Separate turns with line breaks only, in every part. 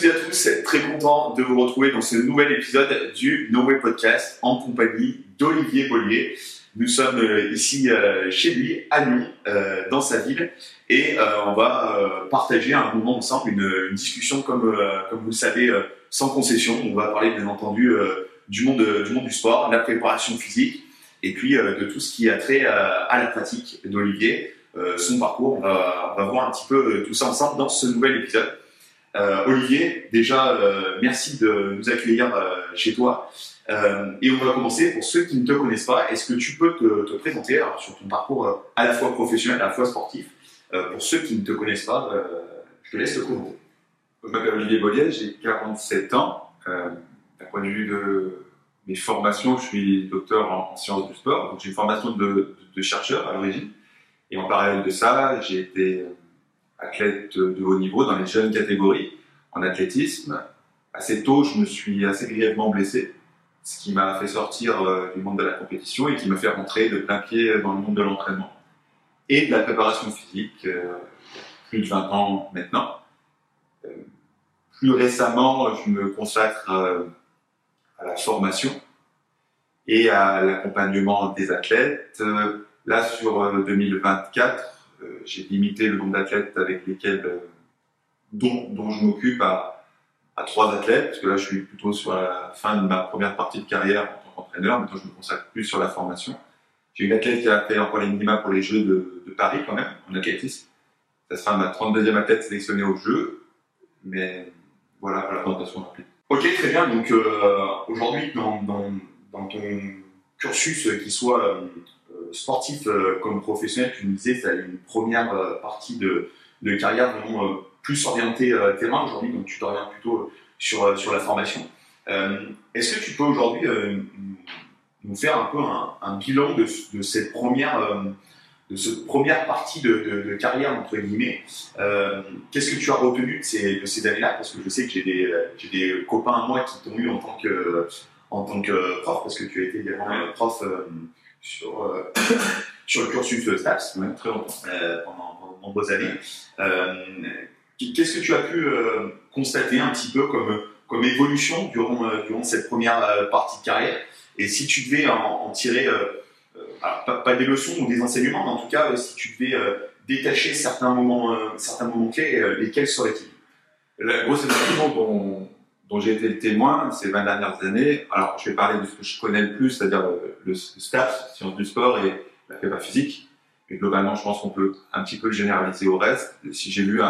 Salut à tous, très content de vous retrouver dans ce nouvel épisode du No Way Podcast en compagnie d'Olivier Bollier. Nous sommes ici chez lui, à Lyon, dans sa ville, et on va partager un moment ensemble, une discussion comme vous le savez, sans concession. On va parler bien entendu du monde du sport, de la préparation physique, et puis de tout ce qui a trait à la pratique d'Olivier, son parcours. On va voir un petit peu tout ça ensemble dans ce nouvel épisode. Olivier, déjà, merci de nous accueillir chez toi. Et on va commencer, pour ceux qui ne te connaissent pas, est-ce que tu peux te présenter alors, sur ton parcours à la fois professionnel, à la fois sportif. Pour ceux qui ne te connaissent pas, je te laisse te présenter.
Je m'appelle Olivier Bollier, j'ai 47 ans. D'un point de vue de mes formations, je suis docteur en sciences du sport, donc j'ai une formation de chercheur à l'origine. Et en parallèle de ça, j'ai été athlète de haut niveau dans les jeunes catégories en athlétisme. Assez tôt, je me suis assez grièvement blessé, ce qui m'a fait sortir du monde de la compétition et qui me fait rentrer de plein pied dans le monde de l'entraînement et de la préparation physique, plus de 20 ans maintenant. Plus récemment, je me consacre à la formation et à l'accompagnement des athlètes. Là, sur 2024, j'ai limité le nombre d'athlètes avec lesquels, dont je m'occupe à 3 athlètes, parce que là, je suis plutôt sur la fin de ma première partie de carrière en tant qu'entraîneur. Maintenant, je me consacre plus sur la formation. J'ai une athlète qui a fait encore les minima pour les Jeux de Paris, quand même, en athlétisme. Ça sera ma 32e athlète sélectionnée aux Jeux. Mais voilà pour la présentation rapide.
Ok, très bien. Donc, aujourd'hui, dans ton cursus, qu'il soit sportif comme professionnel, tu me disais, tu as une première partie de carrière vraiment plus orientée terrain aujourd'hui, donc tu t'orientes plutôt sur la formation. Est-ce que tu peux aujourd'hui nous faire un peu un bilan de cette première partie de carrière, entre guillemets? Qu'est-ce que tu as retenu de ces années-là? Parce que je sais que j'ai des copains à moi qui t'ont eu en tant que prof, parce que tu as été également prof sur le cursus STAPS, très longtemps, pendant de nombreuses années. Qu'est-ce que tu as pu constater un petit peu comme évolution durant cette première partie de carrière? Et si tu devais en tirer, alors pas des leçons ou des enseignements, mais en tout cas, si tu devais détacher certains moments clés, lesquels seraient-ils?
La grosse évolution dont j'ai été le témoin ces 20 dernières années, alors je vais parler de ce que je connais le plus, c'est-à-dire le STAPS, sciences du sport et la prépa physique. Et globalement, je pense qu'on peut un petit peu le généraliser au reste. Si j'ai vu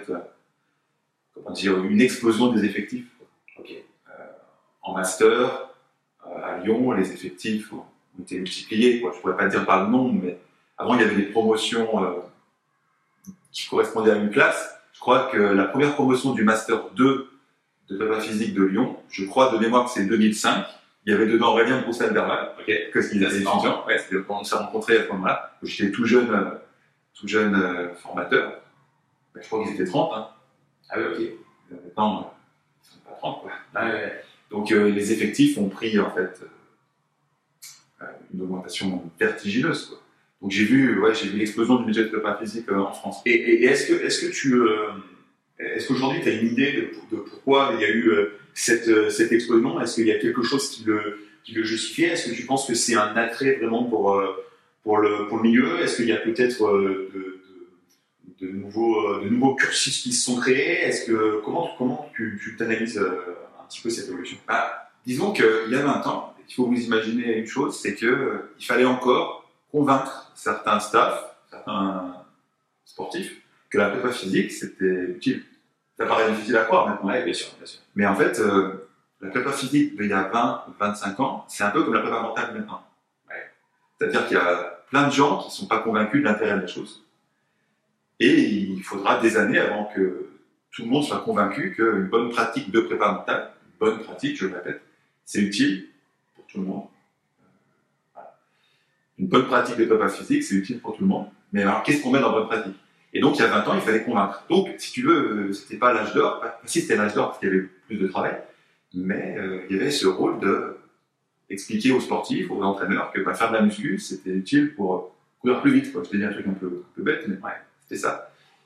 une explosion des effectifs.
Okay.
En master, à Lyon, les effectifs ont été multipliés. Je pourrais pas dire par le nombre, mais avant, il y avait des promotions qui correspondaient à une classe. Je crois que la première promotion du Master 2 de prépa physique de Lyon, je crois de mémoire que c'est 2005. Il y avait dedans Aurélien Broussel-Berval, que ce qu'ils étaient étudiants. Ouais, c'était quand on s'est rencontrés à ce moment-là. J'étais tout jeune formateur. Je crois qu'ils étaient 30. Hein.
Ah oui, ok.
Maintenant, ils sont pas 30, quoi.
Ah, ouais.
Donc les effectifs ont pris en fait une augmentation vertigineuse, quoi. Donc j'ai vu l'explosion du budget de prépa physique en France.
Et est-ce qu'aujourd'hui tu as une idée de pourquoi il y a eu cette explosion? Est-ce qu'il y a quelque chose qui le justifiait? Est-ce que tu penses que c'est un attrait vraiment pour le milieu? Est-ce qu'il y a peut-être de nouveaux cursus qui se sont créés? Comment tu t'analyses un petit peu cette évolution?
Disons qu'il y a 20 ans, il faut vous imaginer une chose, c'est qu'il fallait encore convaincre certains staffs, certains sportifs, que la prépa physique c'était utile. Ça paraît difficile à croire maintenant.
Oui, bien sûr.
Mais en fait, la prépa physique d'il y a 20, 25 ans, c'est un peu comme la prépa mentale maintenant.
Ouais.
C'est-à-dire qu'il y a plein de gens qui ne sont pas convaincus de l'intérêt de la chose. Et il faudra des années avant que tout le monde soit convaincu qu'une bonne pratique de prépa mentale, une bonne pratique, je le répète, c'est utile pour tout le monde. Voilà. Une bonne pratique de prépa physique, c'est utile pour tout le monde. Mais alors, qu'est-ce qu'on met dans bonne pratique? Et donc, il y a 20 ans, il fallait convaincre. Donc, si tu veux, c'était pas l'âge d'or. Si, c'était l'âge d'or parce qu'il y avait plus de travail. Mais il y avait ce rôle d'expliquer aux sportifs, aux entraîneurs que faire de la muscu, c'était utile pour courir plus vite. Je te dis un truc un peu bête, mais ouais, c'était ça.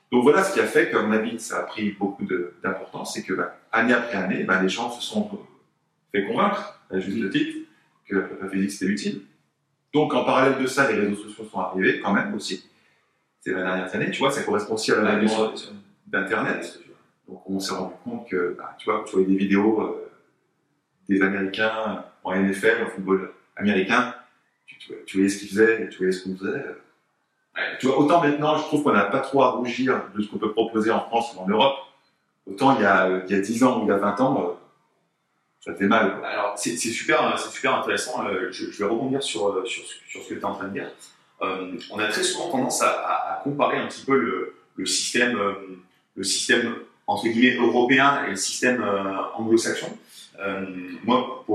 Donc voilà ce qui a fait qu'à mon avis, ça a pris beaucoup d'importance, c'est que année après année, les gens se sont fait convaincre, à juste titre, que la prépa physique c'était utile. Donc en parallèle de ça, les réseaux sociaux sont arrivés quand même aussi. C'est la dernière année, tu vois, ça correspond aussi à l'avènement d'Internet. Donc on s'est rendu compte que, tu vois, tu voyais des vidéos des Américains en NFL, en football américain, tu voyais ce qu'ils faisaient et tu voyais ce qu'on faisait. Tu vois, autant maintenant, je trouve qu'on n'a pas trop à rougir de ce qu'on peut proposer en France ou en Europe. Autant il y a 10 ans ou il y a 20 ans, ça fait mal. Quoi.
Alors, c'est super intéressant. Je vais rebondir sur ce que tu es en train de dire. On a très souvent tendance à comparer un petit peu le système entre guillemets européen et le système anglo-saxon. Moi,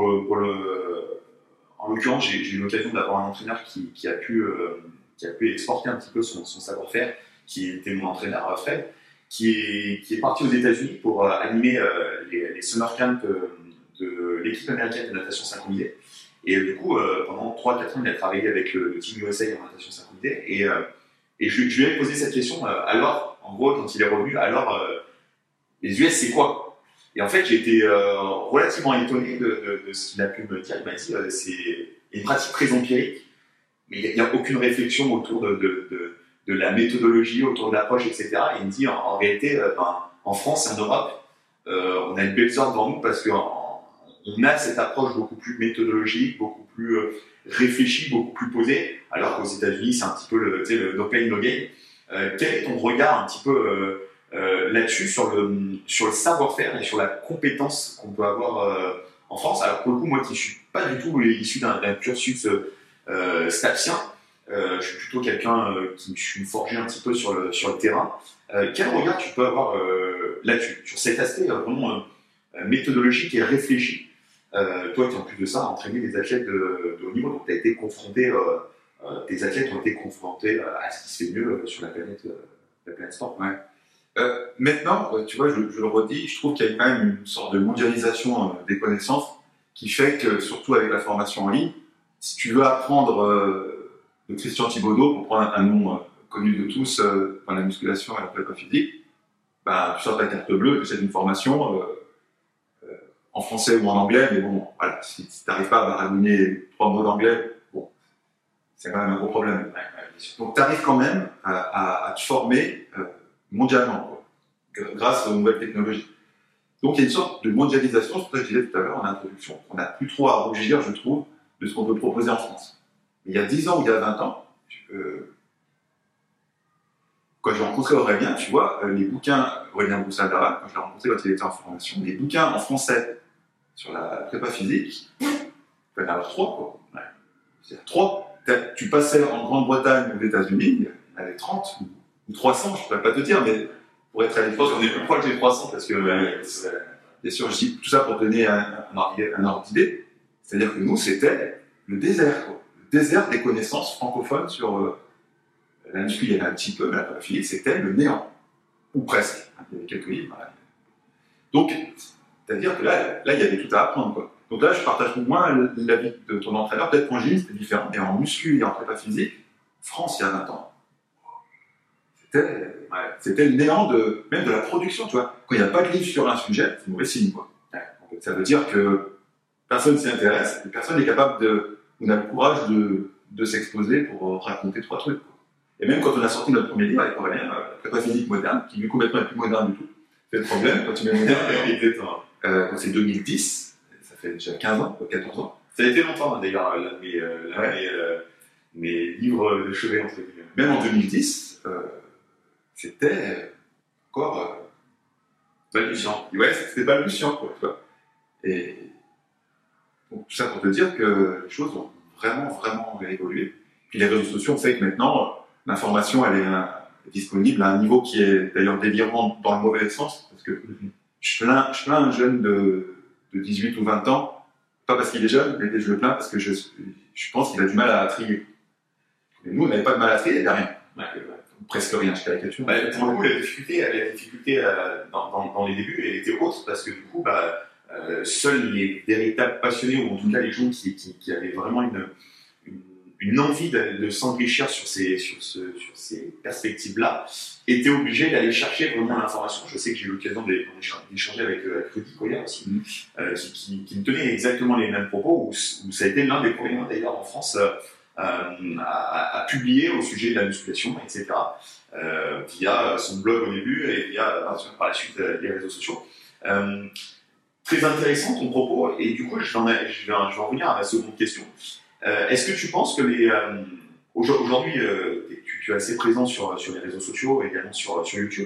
en l'occurrence, j'ai eu l'occasion d'avoir un entraîneur qui a pu exporter un petit peu son savoir-faire, qui était mon entraîneur Fred, qui est parti aux États-Unis pour animer les summer camps de l'équipe américaine de natation 5000 D. Et du coup, pendant 3-4 ans, il a travaillé avec le Team USA en natation 5000 D. Et je lui ai posé cette question. Alors, en gros, quand il est revenu, alors, les US, c'est quoi? Et en fait, j'ai été relativement étonné de ce qu'il a pu me dire. Il m'a dit c'est une pratique très empirique, mais il n'y a aucune réflexion autour de la méthodologie, autour de l'approche, etc. Et il me dit en réalité, en France et en Europe, on a une belle sorte devant nous parce qu'on a cette approche beaucoup plus méthodologique, beaucoup plus réfléchie, beaucoup plus posée, alors qu'aux États-Unis, c'est un petit peu le no pain, no gain. Quel est ton regard un petit peu là-dessus sur le savoir-faire et sur la compétence qu'on peut avoir en France? Alors pour le coup, moi qui ne suis pas du tout issu d'un cursus stapsien, je suis plutôt quelqu'un qui suis forgé un petit peu sur le terrain. Quel regard tu peux avoir là-dessus, sur cet aspect vraiment méthodologique et réfléchi? Toi qui en plus de ça, entraîné des athlètes de haut niveau, donc tu as été confronté, tes athlètes ont été confrontés à ce qui se fait mieux sur la planète sport.
Ouais. Maintenant, tu vois, je le redis, je trouve qu'il y a quand même une sorte de mondialisation des connaissances qui fait que, surtout avec la formation en ligne, si tu veux apprendre de Christian Thibaudeau, pour prendre un nom connu de tous dans la musculation et la prépa physique, tu sors ta carte bleue, tu as une formation en français ou en anglais, mais bon, voilà, si tu n'arrives pas à baragouiner 3 mots d'anglais, bon, c'est quand même un gros problème. Donc tu arrives quand même à te former mondialement, quoi, grâce aux nouvelles technologies. Donc il y a une sorte de mondialisation, c'est pour ça que je disais tout à l'heure en introduction, qu'on n'a plus trop à rougir, je trouve, de ce qu'on peut proposer en France. Mais il y a 10 ans ou il y a 20 ans, quand j'ai rencontré Aurélien, tu vois, les bouquins, Aurélien Boussardara, quand je l'ai rencontré quand il était en formation, les bouquins en français sur la prépa physique, il fallait en avoir 3, quoi. Ouais. C'est-à-dire 3. Tu passais en Grande-Bretagne ou aux États-Unis, il y en avait 30 ou 300, je ne pourrais pas te dire, mais pour être à l'époque,
on est plus proche des 300 parce que.
Bien sûr, je dis tout ça pour donner un ordre d'idée. C'est-à-dire que nous, c'était le désert, quoi. Le désert des connaissances francophones sur la muscu, il y avait un petit peu, mais la prépa physique, c'était le néant. Ou presque. Il y avait quelques livres. Voilà. Donc, c'est-à-dire que là, il y avait tout à apprendre, quoi. Donc là, je partage moins l'avis de ton entraîneur. Peut-être qu'en gym, c'était différent. Mais en muscu et en prépa physique, France, il y a 20 ans, c'était le néant même de la production, tu vois. Quand il n'y a pas de livre sur un sujet, c'est mauvais signe, quoi. Donc, ça veut dire que personne s'y intéresse et personne n'est capable ou n'a le courage de s'exposer pour raconter 3 trucs, quoi. Et même quand on a sorti notre premier livre avec Aurélien, la prépa physique moderne, qui du coup maintenant est plus moderne du tout, c'est le problème quand tu mets moderne. C'est 2010, ça fait déjà 15 ans, 14 ans.
Ça a été longtemps d'ailleurs, l'un de mes livres de chevet, entre guillemets.
Même en 2010, c'était encore
balbutiant.
Ouais, c'était balbutiant, quoi, tu vois. Et donc, tout ça pour te dire que les choses ont vraiment évolué. Puis les réseaux sociaux ont fait que maintenant, l'information, elle est disponible à un niveau qui est d'ailleurs délirant dans le mauvais sens, parce que je plains un jeune de 18 ou 20 ans, pas parce qu'il est jeune, mais je le plains parce que je pense qu'il a du mal à trier. Et nous, on n'avait pas de mal à trier, il n'y avait rien. Presque rien, je caricature.
Pour le coup, la difficulté dans les débuts, elle était autre, parce que du coup, seuls les véritables passionnés, ou en tout cas les gens qui avaient vraiment une une envie de s'enrichir sur ces perspectives-là, et tu es obligé d'aller chercher vraiment l'information. Je sais que j'ai eu l'occasion d'échanger avec Rudy Koya aussi, qui me tenait exactement les mêmes propos, où ça a été l'un des premiers d'ailleurs en France à publier au sujet de la musculation, etc., via son blog au début et via par la suite les réseaux sociaux. Très intéressant ton propos, et du coup je vais en revenir à ma seconde question. Est-ce que tu penses que aujourd'hui tu es assez présent sur les réseaux sociaux, également sur YouTube,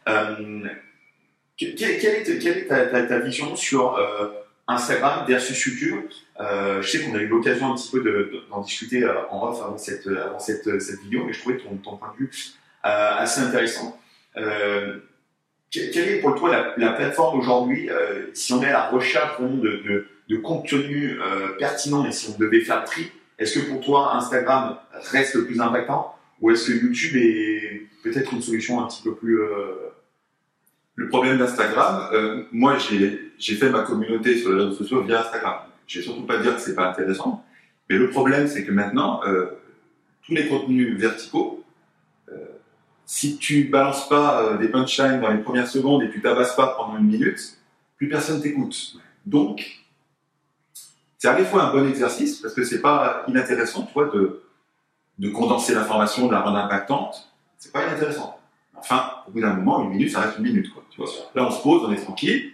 quelle est ta vision sur Instagram versus YouTube? Je sais qu'on a eu l'occasion un petit peu d'en discuter en off avant cette vidéo, mais je trouvais ton point de vue assez intéressant. Quelle est pour toi la plateforme aujourd'hui, si on est à la recherche vraiment de contenu pertinent, et si on devait faire le tri, est-ce que pour toi Instagram reste le plus impactant, ou est-ce que YouTube est peut-être une solution un petit peu plus...
Le problème d'Instagram, moi j'ai fait ma communauté sur les réseaux sociaux via Instagram. Je vais surtout pas dire que c'est pas intéressant, mais le problème c'est que maintenant, tous les contenus verticaux, si tu balances pas des punchlines dans les premières secondes et tu tabasses pas pendant une minute, plus personne t'écoute. Donc, c'est à la fois un bon exercice, parce que c'est pas inintéressant, tu vois, de condenser l'information, de la rendre impactante. C'est pas inintéressant. Enfin, au bout d'un moment, une minute, ça reste une minute, quoi. Tu vois. Là, on se pose, on est tranquille.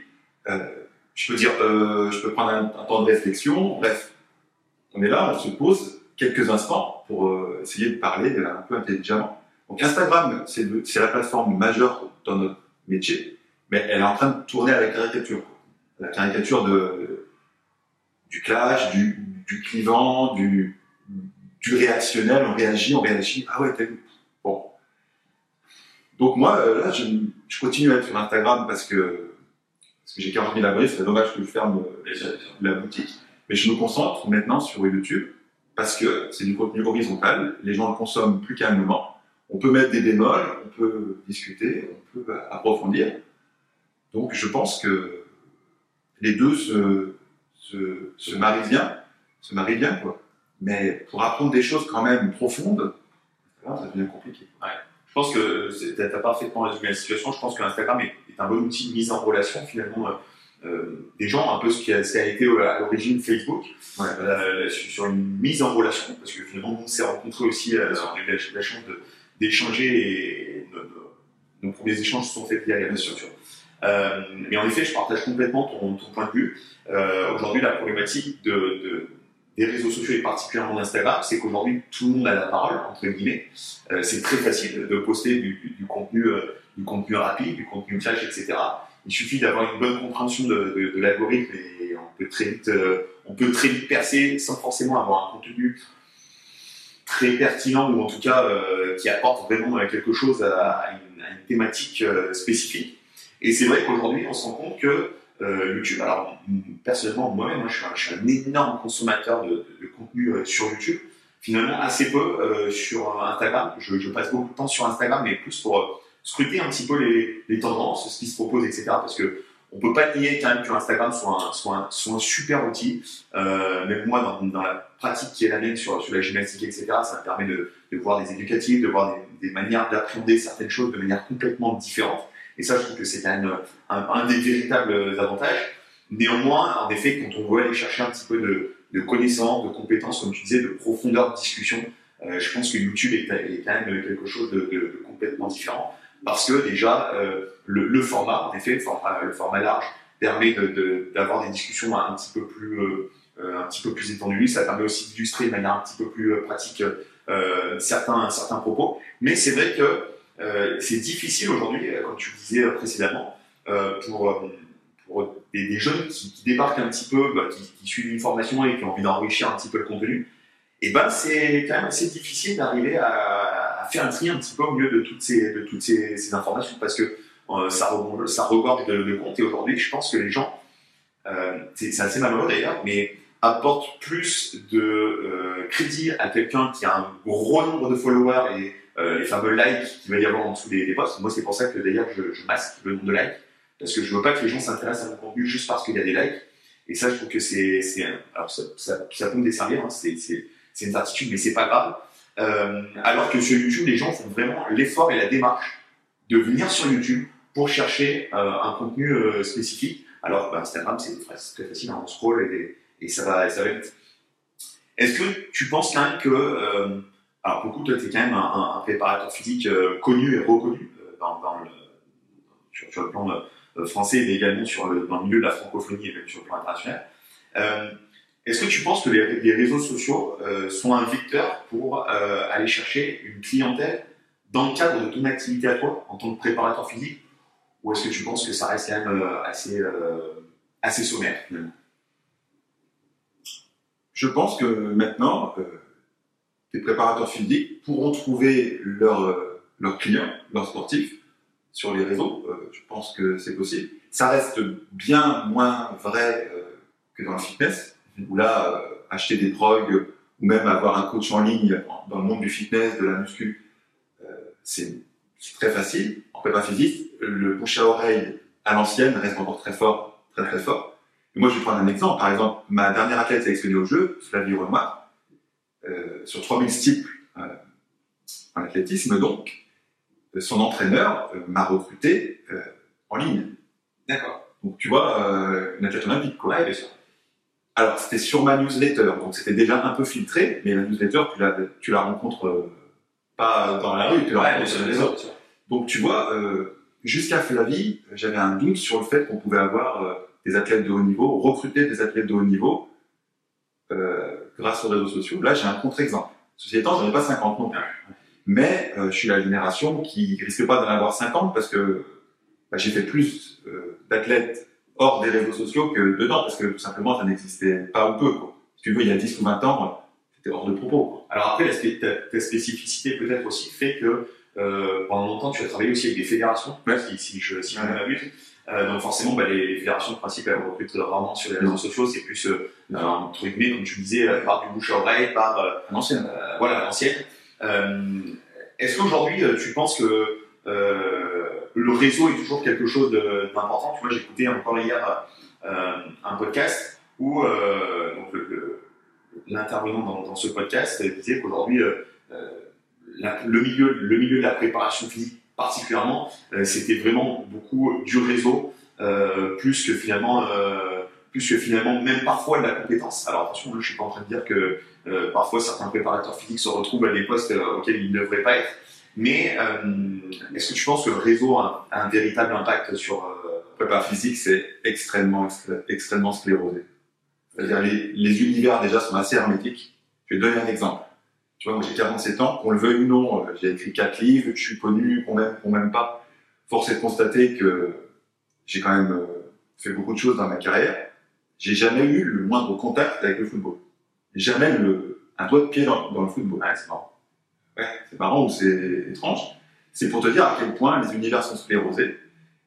Je peux prendre un temps de réflexion. Bref, on est là, on se pose quelques instants pour essayer de parler un peu intelligemment. Donc Instagram, c'est la plateforme majeure dans notre métier, mais elle est en train de tourner à la caricature. La caricature du clash, du clivant, du réactionnel, on réagit, ah ouais, t'as vu. Bon. Donc moi, là, je continue à être sur Instagram parce que j'ai 40 000 abonnés, c'est dommage que je ferme la boutique. Mais je me concentre maintenant sur YouTube parce que c'est du contenu horizontal, les gens le consomment plus calmement. On peut mettre des bémols, on peut discuter, on peut approfondir. Donc je pense que les deux se marient bien, quoi. Mais pour apprendre des choses quand même profondes, ça devient compliqué.
Ouais. Je pense que tu as parfaitement résumé la situation. Je pense qu'Instagram est un bon outil de mise en relation finalement des gens, un peu ce qui a été à l'origine Facebook, sur une mise en relation, parce que finalement on s'est rencontrés aussi, on a eu la chance d'échanger, et nos premiers échanges se sont faits via les réseaux sociaux. Mais en effet, je partage complètement ton point de vue. Aujourd'hui, la problématique des réseaux sociaux et particulièrement d'Instagram, c'est qu'aujourd'hui tout le monde a la parole, entre guillemets. C'est très facile de poster du contenu rapide, du contenu flash, etc. Il suffit d'avoir une bonne compréhension de l'algorithme et on peut très vite percer sans forcément avoir un contenu très pertinent, ou en tout cas qui apporte vraiment quelque chose à une thématique spécifique. Et c'est vrai qu'aujourd'hui on se rend compte que YouTube, alors personnellement moi-même, je suis un énorme consommateur de contenu sur YouTube, finalement assez peu sur Instagram. Je passe beaucoup de temps sur Instagram, mais plus pour scruter un petit peu les tendances, ce qui se propose, etc. Parce que on peut pas nier quand même que Instagram soit un super outil. Même moi, dans la pratique qui est la mienne sur la gymnastique, etc., ça me permet de voir des éducatifs, de voir des manières d'appréhender certaines choses de manière complètement différente. Et ça, je trouve que c'est quand même un des véritables avantages. Néanmoins, en effet, quand on veut aller chercher un petit peu de connaissances, de compétences, comme tu disais, de profondeur de discussion, je pense que YouTube est quand même quelque chose de complètement différent. Parce que déjà, le format, en effet, le format large, permet d'avoir des discussions un petit peu plus étendues. Ça permet aussi d'illustrer de manière un petit peu plus pratique certains propos. Mais c'est vrai que c'est difficile aujourd'hui, comme tu le disais précédemment, pour des jeunes qui débarquent un petit peu, qui suivent une formation et qui ont envie d'enrichir un petit peu le contenu. Et c'est quand même assez difficile d'arriver à faire un tri un petit peu au milieu de toutes ces informations, parce que ça regorge de comptes. Et aujourd'hui, je pense que les gens, c'est assez malheureux d'ailleurs, mais apportent plus de crédit à quelqu'un qui a un gros nombre de followers et les fameux likes qu'il va y avoir en dessous des posts. Moi, c'est pour ça que d'ailleurs je masque le nombre de likes, parce que je veux pas que les gens s'intéressent à mon contenu juste parce qu'il y a des likes. Et ça, je trouve que alors ça peut me desservir, hein, c'est une certitude, mais c'est pas grave. Alors que sur YouTube, les gens font vraiment l'effort et la démarche de venir sur YouTube pour chercher un contenu spécifique. Alors Instagram, c'est très facile, hein, on scroll et ça va vite. Est-ce que tu penses quand même que, alors pour le coup, toi, tu es quand même un préparateur physique connu et reconnu sur le plan français, mais également dans le milieu de la francophonie et même sur le plan international. Est-ce que tu penses que les réseaux sociaux sont un vecteur pour aller chercher une clientèle dans le cadre de ton activité à toi, en tant que préparateur physique, ou est-ce que tu penses que ça reste quand même assez sommaire finalement?
Je pense que maintenant, les préparateurs physiques pourront trouver leurs clients, leurs sportifs, sur les réseaux. Je pense que c'est possible. Ça reste bien moins vrai que dans le fitness, où là, acheter des drogues ou même avoir un coach en ligne dans le monde du fitness, de la muscu, c'est très facile. En prépa physique, le bouche à oreille à l'ancienne reste encore très fort, très très fort. Et moi, je vais prendre un exemple. Par exemple, ma dernière athlète sélectionnée au jeu, Flavie Renoir, sur 3000 steeples en athlétisme, donc, son entraîneur m'a recruté en ligne.
D'accord.
Donc, tu vois, une athlète olympique, quoi.
Ouais, bien sûr.
Alors, c'était sur ma newsletter, donc c'était déjà un peu filtré, mais la newsletter, tu la rencontres pas dans la rue, tu la rencontres sur les réseaux. Donc, tu vois, jusqu'à Flavie, j'avais un doute sur le fait qu'on pouvait avoir des athlètes de haut niveau, recruter des athlètes de haut niveau grâce aux réseaux sociaux. Là, j'ai un contre-exemple. Ceci étant, j'en ai pas 50 non plus. Mais je suis la génération qui risque pas d'en avoir 50 parce que j'ai fait plus d'athlètes hors des réseaux sociaux que dedans, parce que tout simplement, ça n'existait pas ou peu, quoi. Si tu veux, il y a 10 ou 20 ans, c'était hors de propos, quoi.
Alors après, ta spécificité peut-être aussi fait que pendant longtemps, tu as travaillé aussi avec des fédérations,
Ouais.
si je m'abuse. Donc forcément, les fédérations, en principe, elles recrutent rarement sur les réseaux sociaux. C'est plus, entre guillemets, comme tu disais, par du bouche à oreille, par
l'ancienne.
Voilà, l'ancienne. Est-ce qu'aujourd'hui, tu penses que le réseau est toujours quelque chose d'important? Tu vois, j'écoutais encore hier un podcast où donc l'intervenant dans ce podcast disait qu'aujourd'hui, le milieu de la préparation physique particulièrement, c'était vraiment beaucoup du réseau, plus que finalement même parfois de la compétence. Alors attention, je ne suis pas en train de dire que parfois certains préparateurs physiques se retrouvent à des postes auxquels ils ne devraient pas être, mais est-ce que tu penses que le réseau a un véritable impact sur
prépa physique? C'est extrêmement sclérosé. C'est-à-dire les univers déjà sont assez hermétiques. Je vais te donner un exemple. Tu vois, moi j'ai 47 ans, qu'on le veuille ou non, j'ai écrit 4 livres, je suis connu, qu'on m'aime pas. Force est de constater que j'ai quand même fait beaucoup de choses dans ma carrière. J'ai jamais eu le moindre contact avec le football. Jamais un doigt de pied dans le football.
Ouais, c'est marrant.
Ouais, c'est marrant ou c'est étrange. C'est pour te dire à quel point les univers sont sclérosés.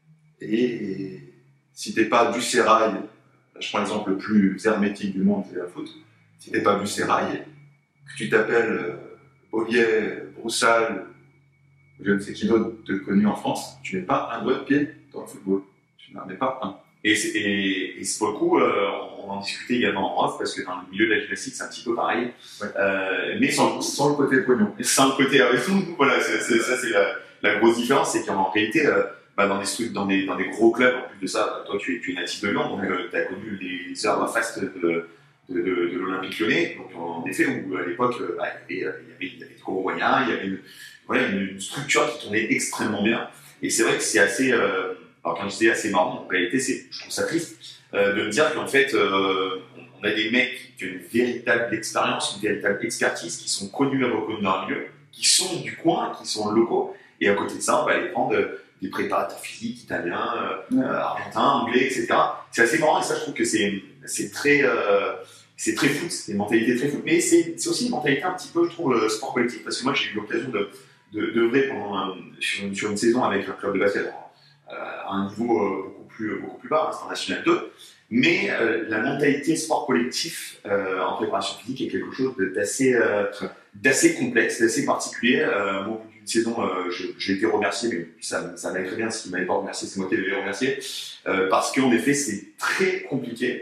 Et si t'es pas du sérail, je prends l'exemple le plus hermétique du monde, c'est la foot. Si t'es pas du sérail, que tu t'appelles Bollier, Broussal, je ne sais qui d'autre de connu en France, tu n'es pas un doigt de pied dans le football. Tu n'en mets pas un.
Et c'est pour le coup, on en discutait également en off, parce que dans le milieu de la gymnastique, c'est un petit peu pareil.
Ouais.
Mais
sans le côté pognon.
Sans le côté avec tout, voilà, ça c'est la grosse différence, c'est qu'en réalité, dans des gros clubs, en plus de ça, toi tu es natif de Lyon, donc tu as connu les heures fastes de l'Olympique Lyonnais, donc en effet, où à l'époque, il y avait de gros moyens, il y avait une structure qui tournait extrêmement bien, et c'est vrai que c'est assez, alors quand je dis assez marrant, en réalité, je trouve ça triste de me dire qu'en fait, on a des mecs qui ont une véritable expérience, une véritable expertise, qui sont connus et reconnus dans le milieu, qui sont du coin, qui sont locaux, et à côté de ça, on va aller prendre des préparateurs physiques italiens, argentins, anglais, etc. C'est assez marrant, et ça, je trouve que c'est très foot, c'est une mentalité très foot, mais c'est aussi une mentalité un petit peu, je trouve, sport collectif, parce que moi, j'ai eu l'occasion d'œuvrer sur une saison avec un club de basket à un niveau beaucoup plus bas, c'est en National 2, mais la mentalité sport collectif en préparation physique est quelque chose d'assez complexe, d'assez particulier. Au bout d'une saison, j'ai été remercié, mais ça m'allait très bien. S'il ne m'avait pas remercié, c'est moi qui l'avais remercié, parce qu'en effet, c'est très compliqué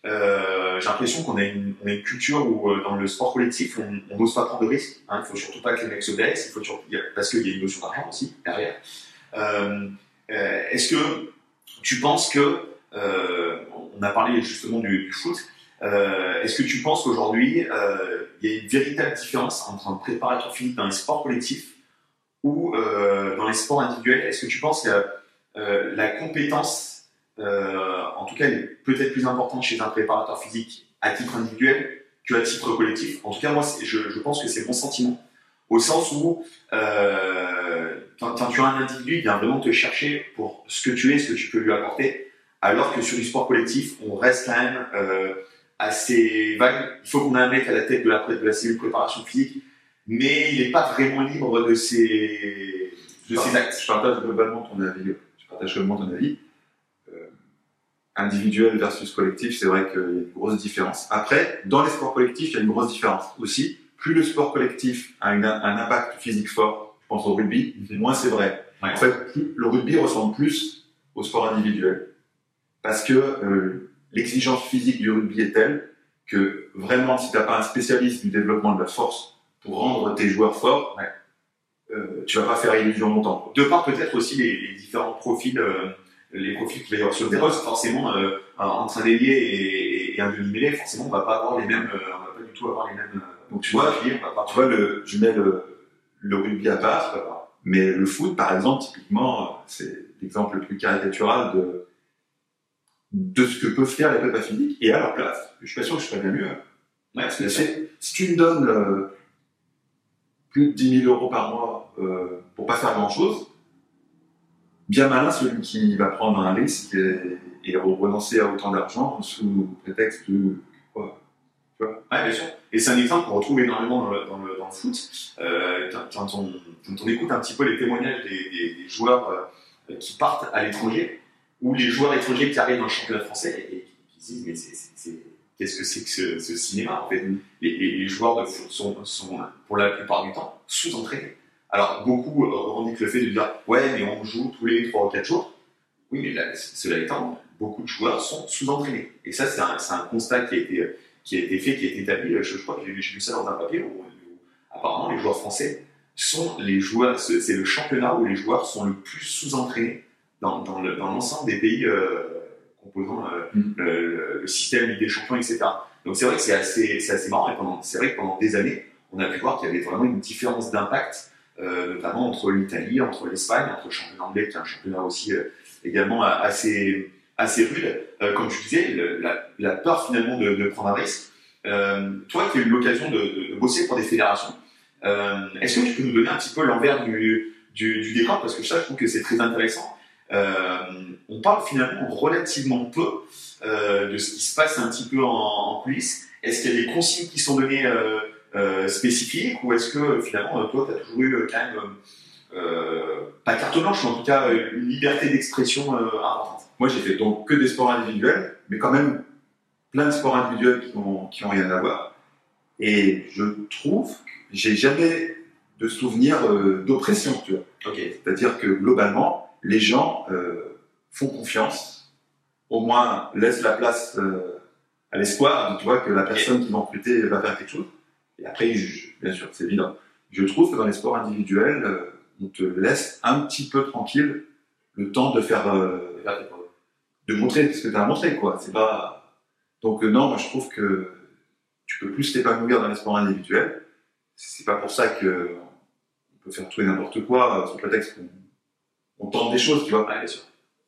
j'ai l'impression qu'on a une culture où dans le sport collectif, on n'ose pas prendre de risques. Hein. Il faut surtout pas que les mecs se blessent, parce qu'il y a une notion d'argent aussi derrière. Est-ce que tu penses que, on a parlé justement du foot, est-ce que tu penses qu'aujourd'hui, il y a une véritable différence entre un préparateur physique dans les sports collectifs ou dans les sports individuels? Est-ce que tu penses que la compétence, en tout cas, elle est peut-être plus importante chez un préparateur physique à titre individuel qu'à titre collectif? En tout cas, moi, je pense que c'est mon sentiment. Au sens où, quand tu as un individu, il vient vraiment te chercher pour ce que tu es, ce que tu peux lui apporter, alors que sur du sport collectif, on reste quand même assez vague. Il faut qu'on ait un mec à la tête de la cellule de préparation physique, mais il n'est pas vraiment libre de ses actes.
Je partage globalement ton avis. Individuel versus collectif, c'est vrai qu'il y a une grosse différence. Après, dans les sports collectifs, il y a une grosse différence aussi. Plus le sport collectif a un impact physique fort, je pense au rugby, moins c'est vrai.
Ouais.
En fait, le rugby ressemble plus au sport individuel. Parce que l'exigence physique du rugby est telle que vraiment, si tu n'as pas un spécialiste du développement de la force pour rendre tes joueurs forts, tu vas pas faire illusion longtemps.
De part peut-être aussi les différents profils, les profils qu'il va y avoir sur le terrain, forcément entre un ailier et un demi-mêlée, forcément on va pas avoir les mêmes, on va pas du tout avoir les mêmes.
Donc tu vois, je mets le rugby à part, mais le foot, par exemple, typiquement, c'est l'exemple le plus caricatural de ce que peuvent faire les prépas physiques, et à leur place, je suis pas sûr que je ferais bien mieux.
Ouais,
si tu me donnes plus de 10 000 € par mois pour pas faire grand-chose, bien malin celui qui va prendre un risque et renoncer à autant d'argent sous prétexte de...
Ouais, bien sûr. Et c'est un exemple qu'on retrouve énormément dans le foot. Quand on écoute un petit peu les témoignages des joueurs qui partent à l'étranger, ou les joueurs étrangers qui arrivent dans le championnat français et qui se disent mais qu'est-ce que c'est que ce cinéma en fait. Les joueurs de foot sont pour la plupart du temps sous-entraînés. Alors beaucoup revendiquent le fait de dire ouais mais on joue tous les 3 ou 4 jours. Oui mais là, cela étant, beaucoup de joueurs sont sous-entraînés. Et ça c'est un constat qui a été fait, qui a été établi. Je crois que j'ai lu ça dans un papier où apparemment les joueurs français sont c'est le championnat où les joueurs sont le plus sous-entraînés dans l'ensemble des pays composant le système Ligue des Champions, etc. Donc c'est vrai que c'est assez marrant, et c'est vrai que pendant des années, on a pu voir qu'il y avait vraiment une différence d'impact, notamment entre l'Italie, entre l'Espagne, entre le championnat anglais, qui est un championnat aussi également assez rude. Comme tu disais, la peur finalement de prendre un risque. Toi qui as eu l'occasion de bosser pour des fédérations, est-ce que tu peux nous donner un petit peu l'envers du décor, parce que ça, je trouve que c'est très intéressant. On parle finalement relativement peu de ce qui se passe un petit peu en coulisses. Est-ce qu'il y a des consignes qui sont données spécifiques, ou est-ce que finalement toi tu as toujours eu quand même pas carte blanche, mais en tout cas une liberté d'expression importante?
Moi j'ai fait donc que des sports individuels, mais quand même plein de sports individuels qui ont rien à voir. Et je trouve que j'ai jamais de souvenir d'oppression, tu vois.
Okay.
C'est-à-dire que globalement, les gens font confiance, au moins laissent la place à l'espoir, tu vois, que la personne qui va recruter va faire quelque chose. Et après, ils jugent, bien sûr, c'est évident. Je trouve que dans les sports individuels, on te laisse un petit peu tranquille le temps de faire, de montrer ce que tu as montré, quoi. C'est pas... Donc non, moi je trouve que tu peux plus t'épanouir dans les sports individuels. C'est pas pour ça que on peut faire tout et n'importe quoi sous prétexte qu'on tente des choses, tu vois.
Ouais, bien sûr.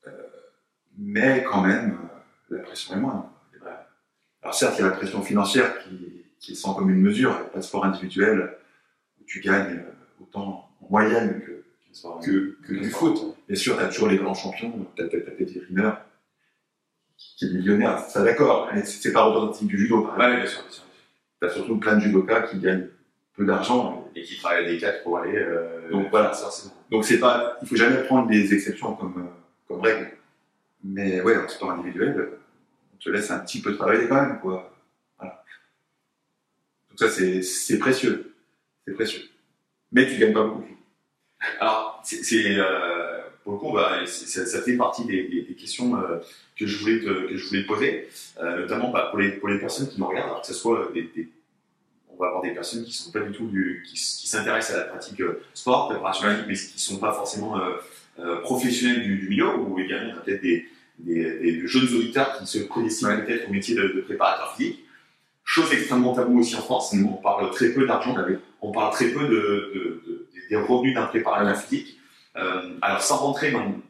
Mais quand même, la pression est moindre. Alors certes, il y a la pression financière qui est sans commune mesure. Il n'y a pas de sport individuel où tu gagnes autant en moyenne que du foot. Bien sûr, tu as toujours les grands champions, tu as Teddy Riner qui est millionnaire, ça d'accord, mais c'est pas représentatif du judo.
Ouais, bien sûr.
Tu as surtout plein de judokas qui gagnent peu d'argent
et qui travaillent à des 4 pour aller.
Donc voilà, donc c'est pas, il faut jamais prendre des exceptions comme règle. Mais ouais, en sport individuel, on te laisse un petit peu travailler quand même, quoi. Voilà. Donc ça, c'est précieux. C'est précieux. Mais tu gagnes pas beaucoup.
Alors, pour le coup, ça fait partie des questions que je voulais te poser, notamment pour les personnes qui nous regardent, alors que ce soit on va avoir des personnes qui sont pas du tout qui s'intéressent à la pratique sport, préparation physique, mais qui sont pas forcément professionnels du milieu, ou également on a peut-être des jeunes auditeurs qui se prédestinent peut-être au métier de préparateur physique. Chose extrêmement taboue aussi en France, on parle très peu d'argent, on parle très peu des revenus d'un préparateur physique. Alors sans rentrer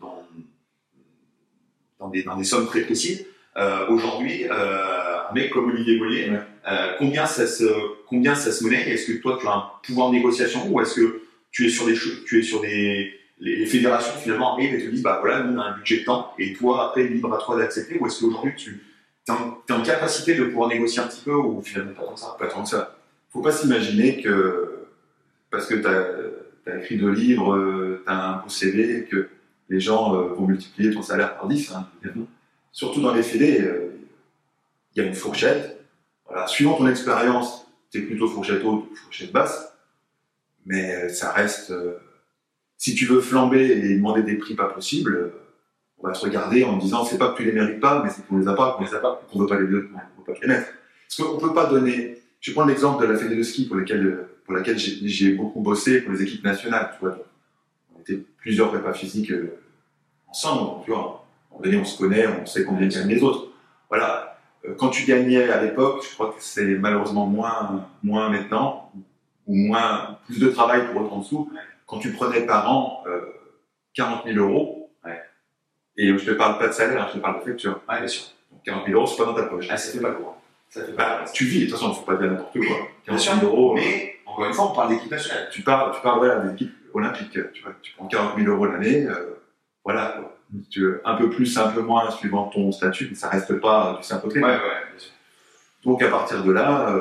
dans des sommes très précises, aujourd'hui, un mec comme Olivier Bollier, combien ça se monnaie? Est-ce que toi tu as un pouvoir de négociation, ou est-ce que tu es sur les fédérations finalement arrivent et te disent bah voilà, nous on a un budget de temps et toi après libre à toi d'accepter, ou est-ce qu'aujourd'hui tu es en capacité de pouvoir négocier un petit peu, ou finalement pas tant que ça?
Pas tant que ça. Faut pas s'imaginer que parce que tu as écrit 2 livres, tu as un beau CV, que les gens vont multiplier ton salaire par 10. Hein. Surtout dans les fédés, il y a une fourchette. Voilà. Suivant ton expérience, tu es plutôt fourchette haute ou fourchette basse, mais ça reste. Si tu veux flamber et demander des prix pas possibles, on va te regarder en disant c'est pas que tu les mérites pas, mais c'est qu'on les a pas, qu'on veut pas te les mettre. Parce qu'on peut pas donner. Je vais prendre l'exemple de la fédé de ski pour laquelle j'ai beaucoup bossé pour les équipes nationales. Tu vois, on était plusieurs prépas physiques ensemble. Tu vois, on se connaît, on sait combien gagnent les autres. Voilà. Quand tu gagnais à l'époque, je crois que c'est malheureusement moins maintenant, ou plus de travail pour autant de sous. Quand tu prenais par an 40 000 euros, et je te parle pas de salaire, je te parle de facture.
Ouais, bien sûr.
Donc 40 000 euros, c'est pas dans ta poche.
Ah, ça fait pas lourd.
Tu vis, de toute façon, il ne faut pas dire n'importe quoi.
40 000 euros, mais encore une fois, on parle d'équipe nationale.
Tu parles voilà, des équipes olympiques. Tu prends 40 000 euros l'année, voilà. Quoi. Un peu plus, un peu moins, suivant ton statut, mais ça reste pas du simple traitement.
Ouais, bien sûr.
Donc à partir de là,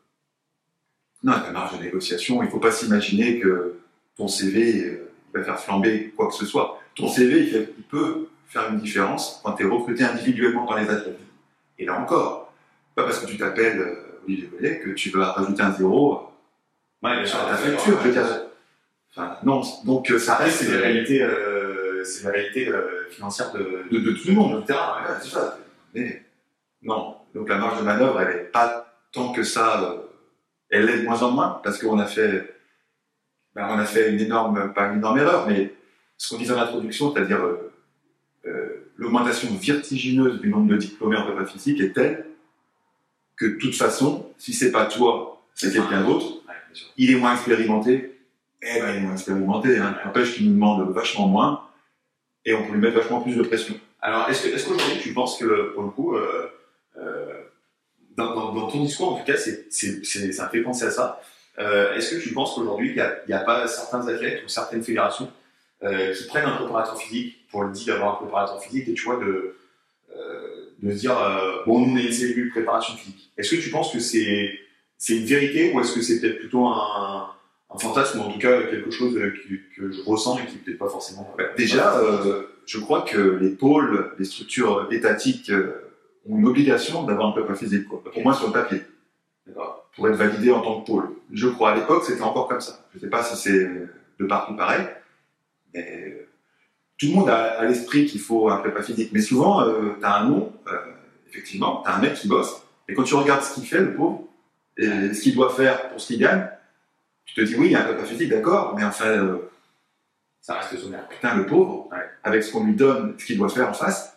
non, il y a une marge de négociation. Il ne faut pas s'imaginer que ton CV va faire flamber quoi que ce soit. Ton CV, il peut faire une différence quand tu es recruté individuellement par les athlètes. Et là encore, pas parce que tu t'appelles Olivier Bollier que tu vas rajouter un zéro
bien sûr,
à ta facture. Je veux dire. Enfin, non, donc ça reste.
C'est la réalité financière de tout le monde, etc.
C'est ça. Mais non, donc la marge de manœuvre, elle n'est pas tant que ça. Elle l'est de moins en moins parce qu'on a fait une énorme, pas une énorme erreur, mais ce qu'on disait en introduction, c'est-à-dire l'augmentation vertigineuse du nombre de diplômés en prépa physique est telle que de toute façon, si c'est pas toi, c'est quelqu'un d'autre. Il est moins expérimenté. Il est moins expérimenté. N'empêche qu'il nous demande vachement moins et on peut lui mettre vachement plus de pression.
Alors, est-ce qu'aujourd'hui, tu penses que, pour le coup, dans ton discours, en tout cas, ça me fait penser à ça. Est-ce que tu penses qu'aujourd'hui, il n'y a pas certains athlètes ou certaines fédérations qui prennent un préparateur physique pour le dire d'avoir un préparateur physique, et tu vois, de se dire bon, nous on est une cellule de préparation physique. Est-ce que tu penses que c'est une vérité, ou est-ce que c'est peut-être plutôt un fantasme, ou en tout cas quelque chose que je ressens et qui n'est peut-être pas forcément.
Déjà, je crois que les pôles, les structures étatiques ont une obligation d'avoir un prépa physique, quoi. Pour moi, sur le papier. D'accord. Pour être validé en tant que pôle. Je crois, à l'époque, c'était encore comme ça. Je ne sais pas si c'est de partout pareil, mais tout le monde a à l'esprit qu'il faut un prépa physique. Mais souvent, tu as un nom, effectivement, tu as un mec qui bosse, et quand tu regardes ce qu'il fait, le pauvre, et ce qu'il doit faire pour ce qu'il gagne, tu te dis oui, il y a un prépa physique, d'accord, mais enfin,
ça reste sommaire.
Putain, le pauvre, avec ce qu'on lui donne, ce qu'il doit faire en face.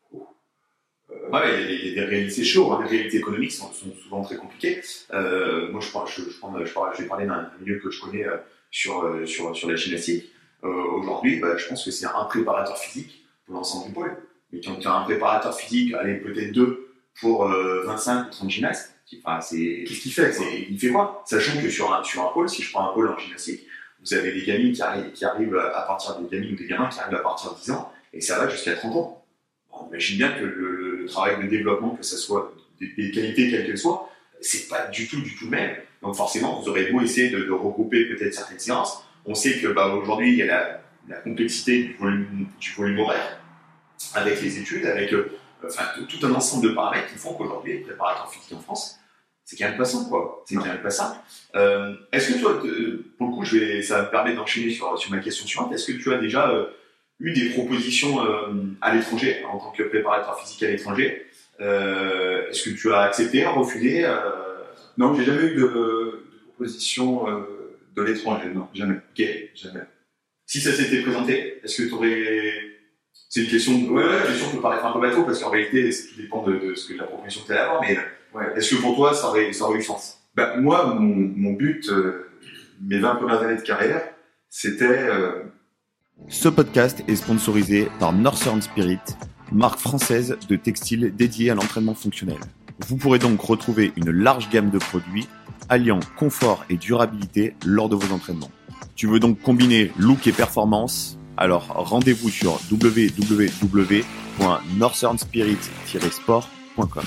Il y a des réalités chaudes, les réalités économiques sont souvent très compliquées. Moi, je vais parler d'un milieu que je connais sur la gymnastique. Aujourd'hui, je pense que c'est un préparateur physique pour l'ensemble du pôle. Mais quand tu as un préparateur physique, allez, peut-être 2 pour 25 ou 30 gymnastes,
qu'est-ce qu'il fait,
il fait quoi? Sachant que sur un pôle, si je prends un pôle en gymnastique, vous avez des gamines qui arrivent à partir des gamines ou des gamins qui arrivent à partir de 10 ans, et ça va jusqu'à 30 ans. On imagine bien que le travail de développement, que ce soit des qualités quelles qu'elles soient, c'est pas du tout le même. Donc forcément, vous aurez beau essayer de regrouper peut-être certaines séances. On sait que aujourd'hui, il y a la complexité du volume horaire, avec les études, avec tout un ensemble de paramètres qui font qu'aujourd'hui, les préparateurs physiques en France, c'est quand même pas simple, quoi. C'est quand même pas simple. Est-ce que toi, pour le coup, ça va me permettre d'enchaîner sur ma question suivante. Est-ce que tu as déjà eu des propositions à l'étranger, en tant que préparateur physique à l'étranger. Est-ce que tu as accepté, refusé
Non, j'ai jamais eu de proposition de l'étranger, non, jamais.
Ok,
Jamais.
Si ça s'était présenté, est-ce que tu aurais... C'est une question, la question peut paraître un peu bateau, parce qu'en réalité, tout dépend de ce que la proposition que tu allais avoir, mais est-ce que pour toi, ça aurait eu sens?
Moi, mon but, mes 20 premières années de carrière, c'était...
Ce podcast est sponsorisé par Northern Spirit, marque française de textiles dédiée à l'entraînement fonctionnel. Vous pourrez donc retrouver une large gamme de produits alliant confort et durabilité lors de vos entraînements. Tu veux donc combiner look et performance? Alors rendez-vous sur www.northernspirit-sport.com.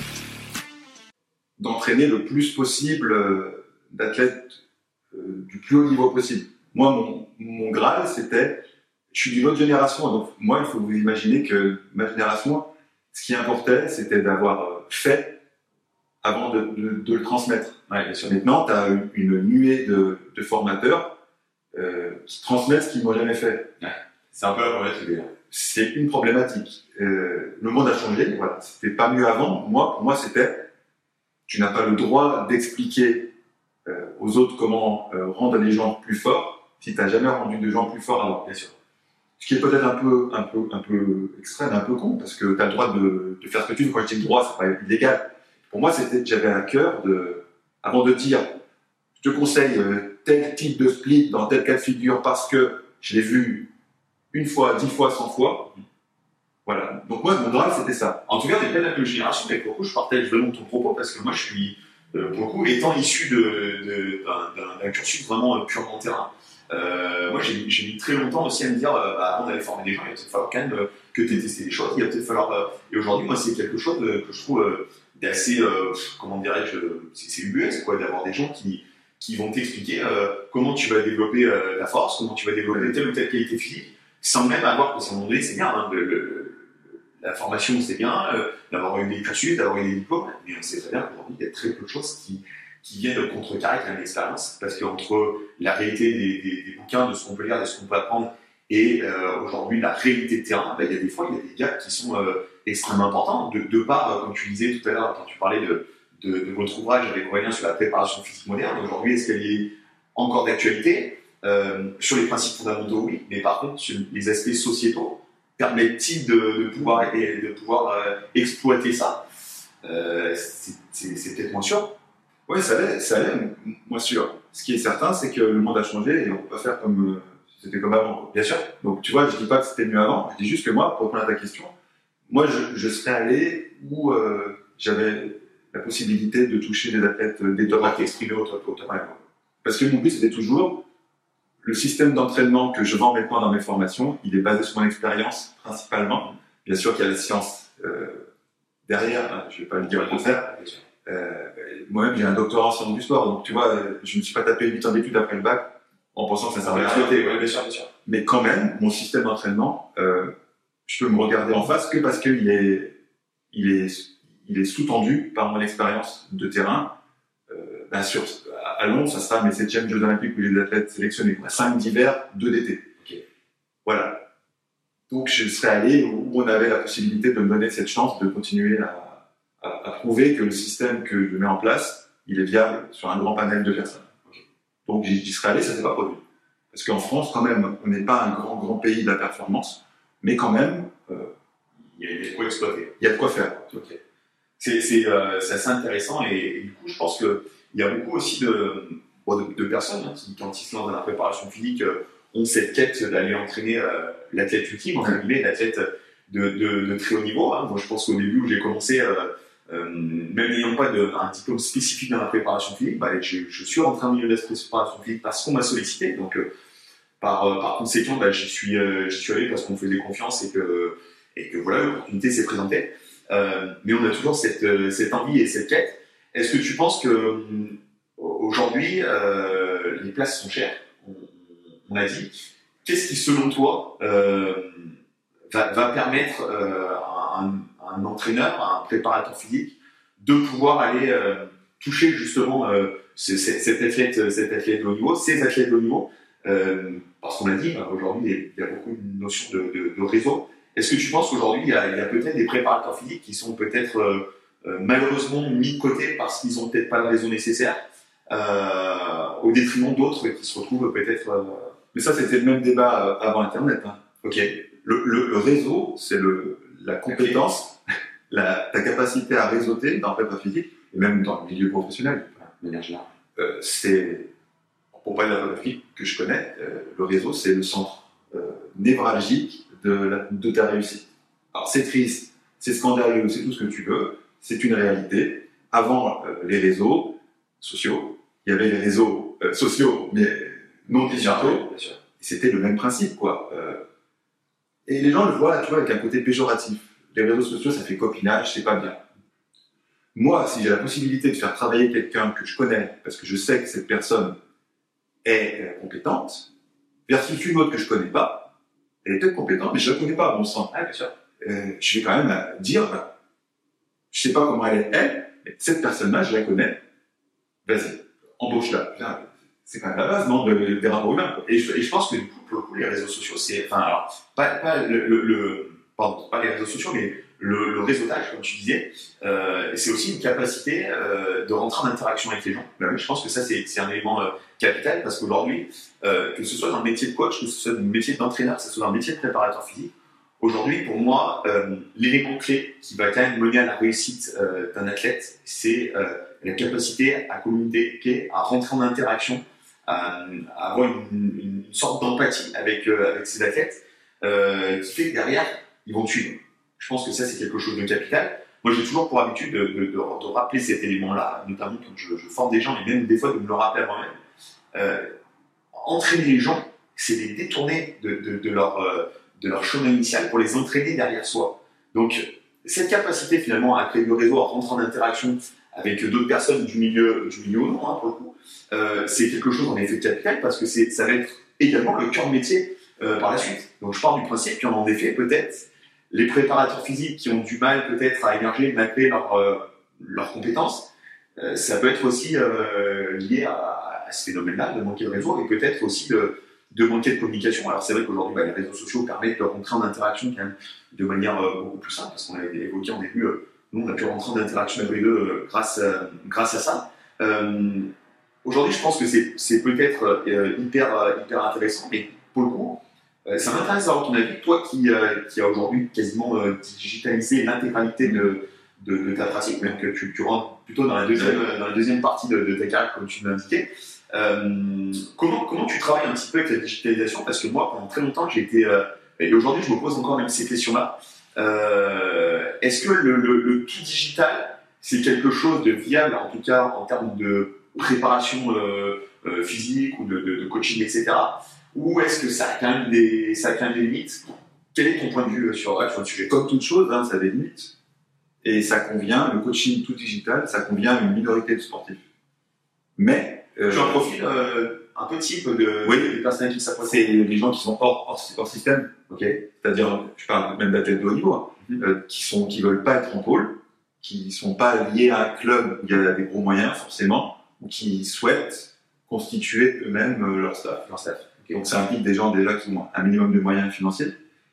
D'entraîner le plus possible d'athlètes du plus haut niveau possible. Moi, mon Graal, c'était... Je suis d'une autre génération, donc moi, il faut vous imaginer que ma génération, ce qui importait, c'était d'avoir fait avant de le transmettre.
Ouais, bien sûr.
Maintenant, tu as une nuée de formateurs qui transmettent ce qu'ils n'ont jamais fait.
Ouais. C'est un peu la problématique.
C'est une problématique. Le monde a changé, voilà. C'était pas mieux avant. Pour moi, c'était tu n'as pas le droit d'expliquer aux autres comment rendre les gens plus forts si tu n'as jamais rendu des gens plus forts avant.
Bien sûr.
Ce qui est peut-être un peu extrême, un peu con, parce que tu as le droit de faire ce que tu veux. Quand je dis le droit, c'est pas illégal. Pour moi, j'avais à cœur avant de dire, je te conseille tel type de split dans tel cas de figure parce que je l'ai vu une fois, 10 fois, 100 fois. Voilà. Donc moi, mon drive, c'était ça.
En tout cas, tu es plein de génération, mais pour le coup, je partage vraiment ton propos parce que moi, je suis, pour le coup, étant issu d'un cursus vraiment purement terrain. Moi, j'ai mis très longtemps aussi à me dire, avant d'aller former des gens, il va peut-être falloir quand même que tu aies testé des choses. Il va peut-être falloir. Et aujourd'hui, moi, c'est quelque chose que je trouve d'assez, comment dirais-je, c'est ubuesque, quoi, d'avoir des gens qui vont t'expliquer comment tu vas développer ta force, comment tu vas développer telle ou telle qualité physique, sans même avoir, parce qu'à un moment donné, c'est bien, hein, la formation, c'est bien, d'avoir eu des cursus, d'avoir eu des diplômes, mais on sait très bien qu'aujourd'hui, il y a très peu de choses qui viennent contrecarrer quand même l'expérience, parce qu'entre la réalité des bouquins, de ce qu'on peut lire, de ce qu'on peut apprendre, et aujourd'hui la réalité de terrain, il y a des fois, il y a des gaps qui sont extrêmement importants, de part, comme tu disais tout à l'heure, quand tu parlais de votre ouvrage avec Aurélien sur la préparation physique moderne, aujourd'hui, est-ce qu'elle est encore d'actualité? Sur les principes fondamentaux, oui, mais par contre, sur les aspects sociétaux, permettent-ils de pouvoir exploiter ça? C'est peut-être moins sûr.
Oui, ça l'est, moins sûr. Ce qui est certain, c'est que le monde a changé et on peut pas faire comme c'était comme avant.
Bien sûr.
Donc, tu vois, je dis pas que c'était mieux avant, je dis juste que moi, pour répondre à ta question, moi, je serais allé où j'avais la possibilité de toucher des athlètes
d'étoiles exprimés au top.
Ouais. Parce que mon but, c'était toujours le système d'entraînement que je vends maintenant dans mes formations, il est basé sur mon expérience principalement. Bien sûr qu'il y a la science derrière, hein, je ne vais pas le dire au contraire. Moi-même, j'ai un doctorat en sciences du sport, donc tu vois, je ne me suis pas tapé 8 ans d'études après le bac en pensant que ça servait à rien.
Ouais, bien sûr.
Mais quand même, mon système d'entraînement, je peux me regarder en face que parce qu'il est sous-tendu par mon expérience de terrain. À Londres, ça sera mes 7e Jeux Olympiques où j'ai des athlètes sélectionnés. 5 d'hiver, 2 d'été.
Okay.
Voilà. Donc, je serais allé où on avait la possibilité de me donner cette chance de continuer à prouver que le système que je mets en place, il est viable sur un grand panel de personnes.
Okay.
Donc, j'y serais allé, ça s'est pas produit. Parce qu'en France, quand même, on n'est pas un grand pays de la performance, mais quand même,
il y a de quoi exploiter.
Il y a de quoi faire.
Okay. C'est assez intéressant et du coup, je pense qu'il y a beaucoup aussi de personnes qui, quand ils se lancent dans la préparation physique, ont cette quête d'aller entraîner l'athlète ultime, entre guillemets, l'athlète de très haut niveau. Hein. Moi, je pense qu'au début où j'ai commencé, même n'ayant pas un diplôme spécifique dans la préparation physique, je suis rentré en milieu de la préparation physique parce qu'on m'a sollicité. Donc, par conséquent, j'y suis allé parce qu'on me faisait confiance et que voilà, l'opportunité s'est présentée. Mais on a toujours cette envie et cette quête. Est-ce que tu penses que aujourd'hui les places sont chères? On a dit. Qu'est-ce qui, selon toi, va permettre à un entraîneur, à un préparateur physique, de pouvoir aller toucher justement cet athlète de haut niveau, ces athlètes de haut niveau, Parce qu'on l'a dit, aujourd'hui, il y a beaucoup de notions de réseau. Est-ce que tu penses qu'aujourd'hui, il y a peut-être des préparateurs physiques qui sont peut-être malheureusement mis de côté parce qu'ils n'ont peut-être pas le réseau nécessaire, au détriment d'autres qui se retrouvent peut-être...
Mais ça, c'était le même débat avant Internet. Hein.
Ok.
Le réseau, c'est la compétence, ta capacité à réseauter dans le prépa physique, et même dans le milieu professionnel, de manière générale. C'est, pour parler de la prépa physique que je connais, le réseau, c'est le centre névralgique de ta réussite. Alors, c'est triste, c'est scandaleux, c'est tout ce que tu veux, c'est une réalité. Avant les réseaux sociaux, il y avait les réseaux sociaux, mais non digitaux. C'était le même principe, quoi. Et les gens le voient, tu vois, avec un côté péjoratif. Les réseaux sociaux, ça fait copinage, c'est pas bien. Moi, si j'ai la possibilité de faire travailler quelqu'un que je connais, parce que je sais que cette personne est compétente, versus une autre que je connais pas, elle est peut-être compétente, mais je la connais pas, à mon sens.
Ah, bien sûr.
Je vais quand même dire, je sais pas comment elle est, mais cette personne-là, je la connais. Vas-y, embauche-la. Putain, c'est quand même la base, non, des rapports humains, quoi.
Et je pense que du coup, pour le coup, les réseaux sociaux, c'est, enfin, alors, pas les réseaux sociaux, mais le réseautage, comme tu disais, c'est aussi une capacité de rentrer en interaction avec les gens. Je pense que ça, c'est un élément capital, parce qu'aujourd'hui, que ce soit dans le métier de coach, que ce soit dans le métier d'entraîneur, que ce soit dans le métier de préparateur physique, aujourd'hui, pour moi, l'élément clé qui va quand même mener à la réussite d'un athlète, c'est la capacité à communiquer, à rentrer en interaction, à avoir une sorte d'empathie avec ces athlètes, qui fait que derrière, ils vont suivre. Je pense que ça, c'est quelque chose de capital. Moi, j'ai toujours pour habitude de rappeler cet élément-là, notamment quand je forme des gens, et même des fois de me le rappeler à moi-même. Entraîner les gens, c'est les détourner de leur chemin initial pour les entraîner derrière soi. Donc, cette capacité finalement à créer le réseau, à rentrer en interaction avec d'autres personnes du milieu ou non, hein, pour le coup, c'est quelque chose en effet capital parce que ça va être également le cœur de métier par la suite. Donc, je pars du principe qu'il y en effet peut-être les préparateurs physiques qui ont du mal peut-être à émerger et malgré leurs compétences, ça peut être aussi lié à ce phénomène-là, de manquer de réseau et peut-être aussi de manquer de communication. Alors c'est vrai qu'aujourd'hui, les réseaux sociaux permettent de rentrer en interaction quand même de manière beaucoup plus simple, parce qu'on l'avait évoqué en début, nous on a pu rentrer en interaction avec eux grâce à ça. Aujourd'hui, je pense que c'est peut-être hyper intéressant, mais pour le coup, ça m'intéresse d'avoir ton avis, toi qui a aujourd'hui quasiment digitalisé l'intégralité de ta pratique, même que tu rentres plutôt dans la deuxième partie de ta carrière, comme tu l'as indiqué. Comment tu travailles un petit peu avec la digitalisation? Parce que moi, pendant très longtemps, j'ai été, et aujourd'hui, je me pose encore même ces questions-là. Est-ce que le tout digital, c'est quelque chose de viable, en tout cas en termes de préparation physique ou de coaching, etc. Ou est-ce que ça a quand même des limites? Quel est ton point de vue sur le sujet?
Comme toute chose, hein, ça a des limites. Et ça convient, le coaching tout digital, ça convient à une minorité de sportifs. Mais
tu as un profil un peu type de personnes qui s'approchent.
C'est les gens qui sont hors système.
Okay.
C'est-à-dire, je parle même d'athlètes de haut niveau, qui veulent pas être en pôle, qui sont pas liés à un club où il y a des gros moyens forcément, ou qui souhaitent constituer eux-mêmes leur staff. Okay. Donc ça implique des gens déjà qui ont un minimum de moyens financiers.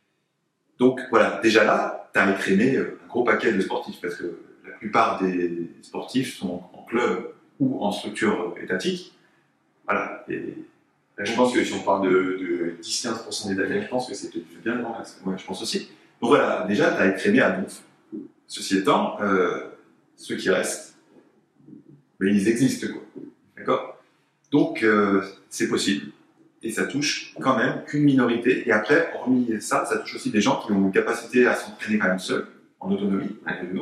Donc voilà, déjà là, tu as entraîné un gros paquet de sportifs, parce que la plupart des sportifs sont en club ou en structure étatique. Voilà. Et
je pense que si on parle de 10-15% des athlètes, je pense que c'est peut-être bien grand.
Ouais, je pense aussi. Donc voilà, déjà, tu as entraîné à donf. Ceci étant, ceux qui restent, mais ils existent, quoi. D'accord? Donc, c'est possible. Et ça touche quand même qu'une minorité. Et après, hormis ça, ça touche aussi des gens qui ont une capacité à s'entraîner quand même seuls, en autonomie,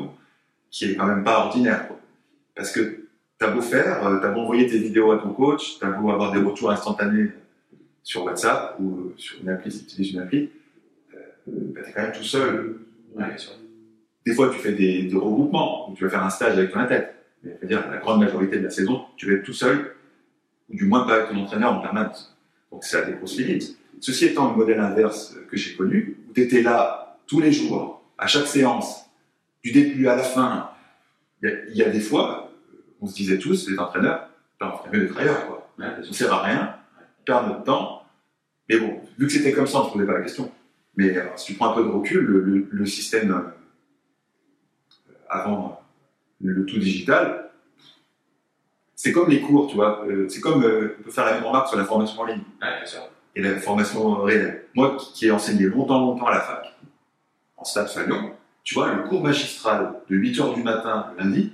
qui est quand même pas ordinaire, quoi. Parce que t'as beau faire, t'as beau envoyer tes vidéos à ton coach, t'as beau avoir des retours instantanés sur WhatsApp ou sur une appli, si tu utilises une appli, t'es quand même tout seul.
Ouais, bien sûr.
Des fois, tu fais des regroupements, où tu vas faire un stage avec ton athlète. Mais je veux dire, la grande majorité de la saison, tu vas être tout seul, ou du moins pas avec ton entraîneur en permanence. Donc ça a des grosses limites. Ceci étant le modèle inverse que j'ai connu, où tu étais là tous les jours, à chaque séance, du début à la fin, il y a des fois, on se disait tous, les entraîneurs, on ferait mieux d'être ailleurs, quoi. On ne sert à rien, on perd notre temps, Mais bon, vu que c'était comme ça, on ne se posait pas la question. Mais si tu prends un peu de recul, le système avant le tout digital, c'est comme les cours, tu vois. C'est comme, on peut faire la même remarque sur la formation en ligne.
Ouais, bien sûr.
Et la formation réelle. Moi, qui ai enseigné longtemps à la fac, en STAPS à Lyon, tu vois, le cours magistral de 8h du matin le lundi,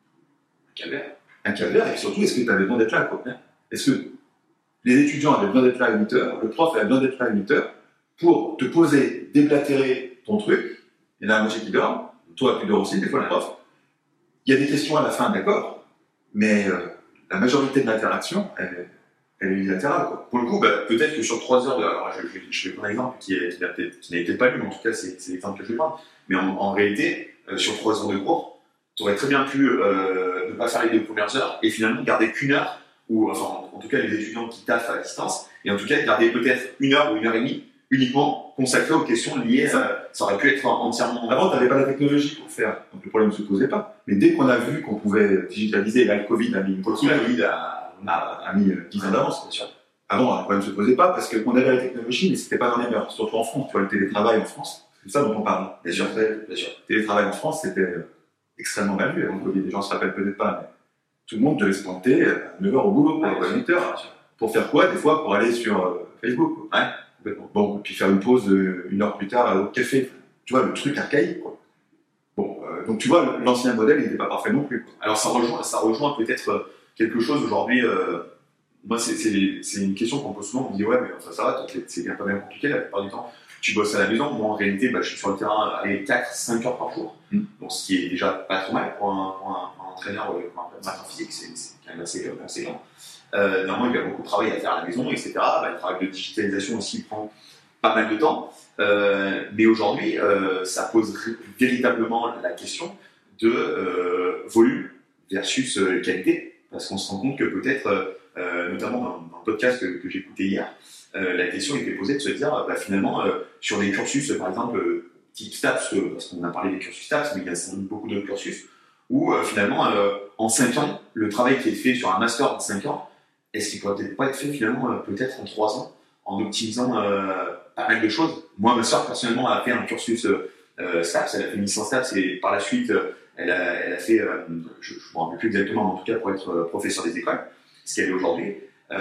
un calvaire, et puis surtout, est-ce que tu avais besoin d'être là, quoi? Est-ce que les étudiants avaient besoin d'être là à 8h, le prof avait besoin d'être là à 8h, pour te poser, déblatérer ton truc, il y en a la moitié qui dort, toi tu dors aussi, des fois le prof. Il y a des questions à la fin, d'accord, mais la majorité de l'interaction, elle est unilatérale, quoi.
Pour le coup, peut-être que sur 3 heures de... Alors, je vais prendre un exemple qui n'a peut-être pas lu, mais en tout cas, c'est l'exemple que je vais prendre. Mais en réalité, sur 3 heures de cours, tu aurais très bien pu ne pas faire les 2 premières heures et finalement garder qu'une heure, ou enfin, en tout cas, les étudiants qui taffent à distance, et en tout cas, garder peut-être 1 heure ou 1h30 uniquement consacrée aux questions liées. Ça aurait pu être entièrement...
Avant, tu n'avais pas la technologie pour faire, donc le problème ne se posait pas. Mais dès qu'on a vu qu'on pouvait digitaliser, là, le Covid a mis une coquille, a mis 10 ans d'avance, bien sûr. Avant, le problème ne se posait pas parce qu'on avait la technologie, mais c'était pas dans les mœurs, surtout en France. Tu vois, le télétravail en France, c'est ça dont on parle.
Bien sûr.
Le télétravail en France, c'était extrêmement mal vu avant le Covid. Les gens se rappellent peut-être pas, mais tout le monde devait se pointer à 9h au boulot, à 8h. Pour faire quoi? Des fois, pour aller sur Facebook.
Ouais, complètement.
Bon, puis faire une pause 1 heure plus tard au café. Tu vois, le truc archaïque, quoi. Bon, donc tu vois, l'ancien modèle, il n'était pas parfait non plus, quoi.
Alors, ça rejoint peut-être quelque chose aujourd'hui. Moi, c'est une question qu'on pose souvent. On me dit, ouais, mais enfin, ça va, c'est bien pas bien compliqué la plupart du temps. Tu bosses à la maison. Moi, en réalité, je suis sur le terrain 4-5 heures par jour. Donc, ce qui est déjà pas trop mal pour un entraîneur, pour un préparateur physique, c'est quand même assez conséquent. Néanmoins, il y a beaucoup de travail à faire à la maison, etc. Le travail de digitalisation aussi prend pas mal de temps. Mais aujourd'hui, ça pose véritablement la question de volume versus qualité. Parce qu'on se rend compte que peut-être, notamment dans le podcast que j'ai écouté hier, la question était posée de se dire, finalement, sur des cursus, par exemple, type STAPS, parce qu'on a parlé des cursus STAPS, mais il y a sans doute beaucoup d'autres cursus, où finalement, en 5 ans, le travail qui est fait sur un master en 5 ans, est-ce qu'il pourrait peut-être pas être fait finalement, peut-être en 3 ans, en optimisant pas mal de choses. Moi, ma soeur, personnellement, a fait un cursus STAPS, elle a fait une licence STAPS, et par la suite, elle a fait, je ne me rappelle plus exactement, mais en tout cas pour être professeur des écoles, ce qu'elle est aujourd'hui.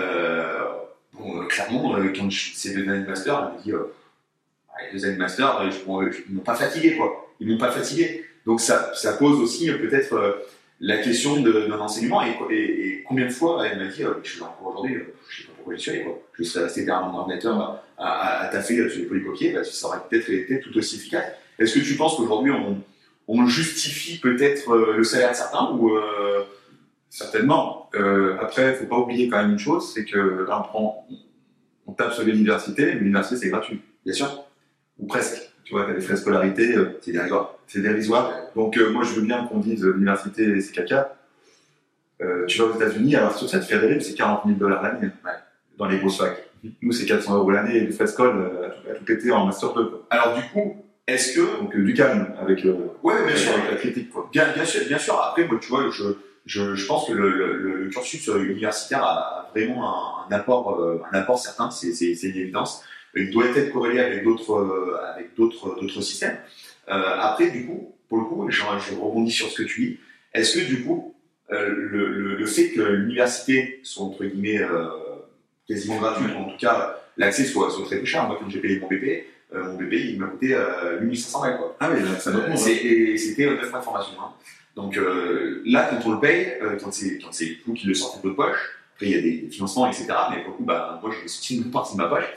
Clairement, quand ces 2 années de master, elle me dit, les 2 années de master, ils m'ont pas fatigué, quoi. Ils m'ont pas fatigué. Donc ça pose aussi peut-être la question d'un enseignement, et combien de fois elle m'a dit, je suis encore aujourd'hui, je sais pas pourquoi j'y suis allé, quoi. Je serais resté derrière mon ordinateur à taffer sur les polycopiers, ça aurait peut-être été tout aussi efficace. Est-ce que tu penses qu'aujourd'hui on justifie peut-être le salaire de certains ou
Certainement. Après, il ne faut pas oublier quand même une chose, c'est que là, on tape sur l'université, mais l'université c'est gratuit.
Bien sûr.
Ou presque. Tu vois, tu as des frais de scolarité,
c'est dérisoire.
C'est dérisoire. Donc moi je veux bien qu'on dise l'université c'est caca. Tu vas aux États-Unis, alors sur cette fédérale c'est $40 000 l'année, dans les grosses facs. Nous c'est 400 € l'année, et le frais de scol à tout péter en master 2. Quoi.
Alors du coup, est-ce que...
Donc du calme avec,
bien sûr,
avec la critique. Quoi.
Bien sûr. Après, moi, tu vois, je pense que le cursus universitaire a vraiment un apport certain, c'est une évidence. Il doit être corrélé avec d'autres systèmes. Après, du coup, pour le coup, je rebondis sur ce que tu dis. Est-ce que du coup, le fait que l'université soit entre guillemets quasiment gratuite, en tout cas l'accès soit très peu cher. Moi, quand j'ai payé mon BP, il m'a coûté 1500 €, quoi.
Ah oui, ça doit
et c'était 9 mois de formation. Hein. Donc là, quand on le paye, quand c'est vous qui le sortez de votre poche, après il y a des financements, etc. Mais pour le coup, moi j'ai sorti une partie de ma poche.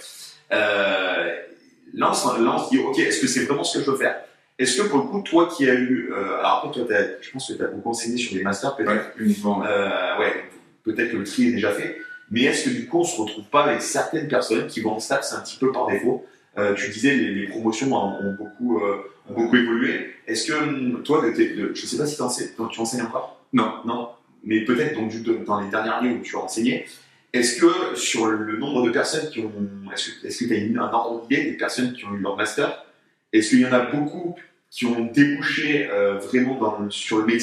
Là, on se dit, ok, est-ce que c'est vraiment ce que je veux faire? Est-ce que pour le coup, toi qui as eu, alors après toi, je pense que tu as beaucoup enseigné sur des masters, peut-être.
Uniquement.
Peut-être que le tri est déjà fait. Mais est-ce que du coup, on se retrouve pas avec certaines personnes qui vont en STAPS un petit peu par défaut? Tu disais les promotions ont beaucoup évolué. Est-ce que toi, je sais pas si tu enseignes encore? Non. Mais peut-être donc dans les dernières années où tu as enseigné, est-ce que sur le nombre de personnes qui ont, est-ce que tu as un ordre d'idée des personnes qui ont eu leur master? Est-ce qu'il y en a beaucoup qui ont débouché vraiment sur le métier,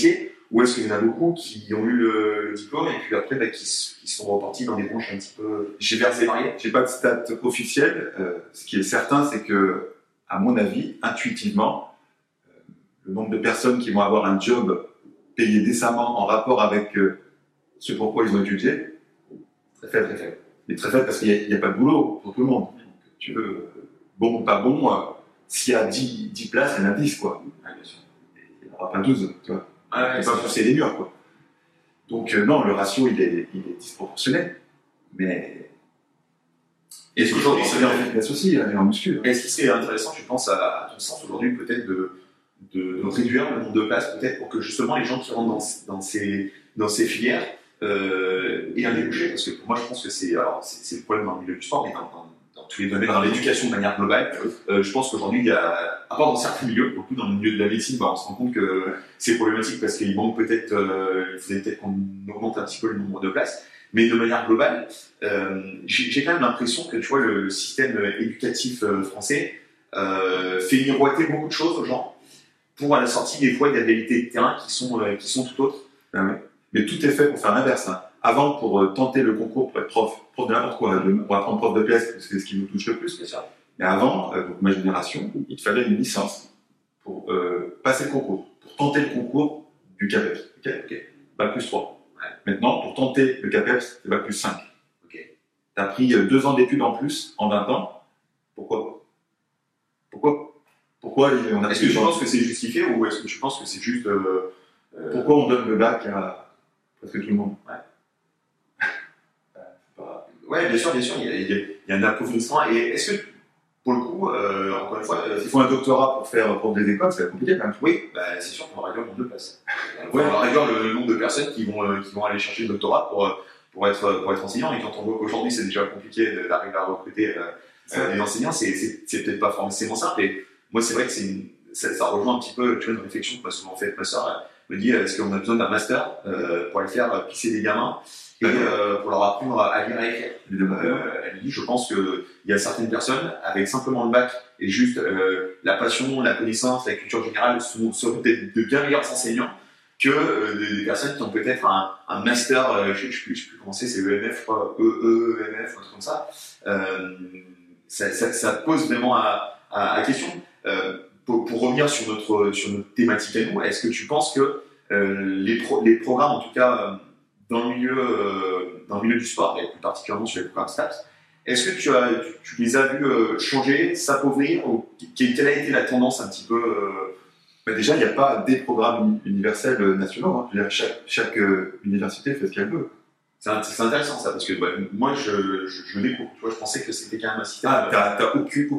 ou est-ce qu'il y en a beaucoup qui ont eu le diplôme et puis après qui sont repartis dans des branches un petit peu variées?
J'ai pas de stats officielles. Ce qui est certain, c'est que, à mon avis, intuitivement, le nombre de personnes qui vont avoir un job payé décemment en rapport avec ce pourquoi ils ont étudié,
Très faible, très faible.
Il est très faible parce qu'il n'y a pas de boulot pour tout le monde. Donc, tu veux, bon ou pas bon, s'il y a 10 places, il y en a 10, quoi.
Ouais, bien sûr.
Il n'y en aura pas 12, tu vois.
Ouais,
Il va pousser les murs, quoi. Donc, non, le ratio, il est disproportionné. Mais.
Est-ce qu'aujourd'hui,
c'est bien en fitness aussi, il est en muscu.
Est-ce qu'il serait intéressant, tu penses, à ton sens aujourd'hui, peut-être de réduire le nombre de places, peut-être pour que justement les gens qui rentrent dans ces filières aient un débouché? Parce que pour moi, je pense que c'est le problème dans le milieu du sport, mais dans tous les domaines, dans l'éducation de manière globale. Je pense qu'aujourd'hui, il y a, à part dans certains milieux, beaucoup dans le milieu de la médecine, on se rend compte que c'est problématique parce qu'il manque peut-être, il faudrait peut-être qu'on augmente un petit peu le nombre de places. Mais de manière globale, j'ai quand même l'impression que tu vois, le système éducatif français fait miroiter beaucoup de choses aux gens pour à la sortie des fois des réalités de terrain qui sont tout autres.
Mais tout est fait pour faire l'inverse. Hein. Avant, pour tenter le concours pour être prof de n'importe quoi, pour apprendre prof de PS, parce que c'est ce qui nous touche le plus.
C'est ça.
Mais avant, donc ma génération, il te fallait une licence pour passer le concours, pour tenter le concours du CAPEPS. Okay. Bac plus 3. Ouais. Maintenant, pour tenter le CAPEPS, c'est Bac plus 5.
Okay.
Tu as pris 2 ans d'études en plus en 20 ans. Pourquoi
Est-ce que tu penses que c'est justifié ou est-ce que tu penses que c'est juste...
Pourquoi on donne le bac à presque tout le monde?
Ouais, bien sûr, il y a un appauvrissement. Et est-ce que, pour le coup, encore une fois...
il faut un doctorat pour faire prof des écoles, c'est compliqué quand même.
Oui, c'est sûr qu'on va réduire le nombre de places. On va réduire le nombre de personnes qui vont aller chercher le doctorat pour être enseignant. Et quand on voit qu'aujourd'hui, c'est déjà compliqué d'arriver à recruter des enseignants, c'est peut-être pas forcément simple. Et moi, c'est vrai que ça rejoint un petit peu, tu vois, une réflexion que m'a souvent faite ma sœur. Me dit, est-ce qu'on a besoin d'un master pour aller faire pisser des gamins et pour leur apprendre à lire et écrire? Elle me dit, je pense qu'il y a certaines personnes avec simplement le bac et juste la passion, la connaissance, la culture générale seront peut-être de bien meilleurs enseignants que des personnes qui ont peut-être un master, je ne sais plus comment c'est EMF, EMF, un truc comme ça. Ça pose vraiment à question. Pour revenir sur notre thématique à nous, est-ce que tu penses que les programmes, en tout cas dans le milieu du sport, et plus particulièrement sur les programmes STAPS, est-ce que tu les as vus changer, s'appauvrir, ou quelle a été la tendance un petit peu
Déjà, il n'y a pas des programmes universels nationaux. Hein. Chaque université fait ce qu'elle veut.
C'est intéressant ça, parce que moi je découvre. Tu vois, je pensais que c'était quand même un système.
T'as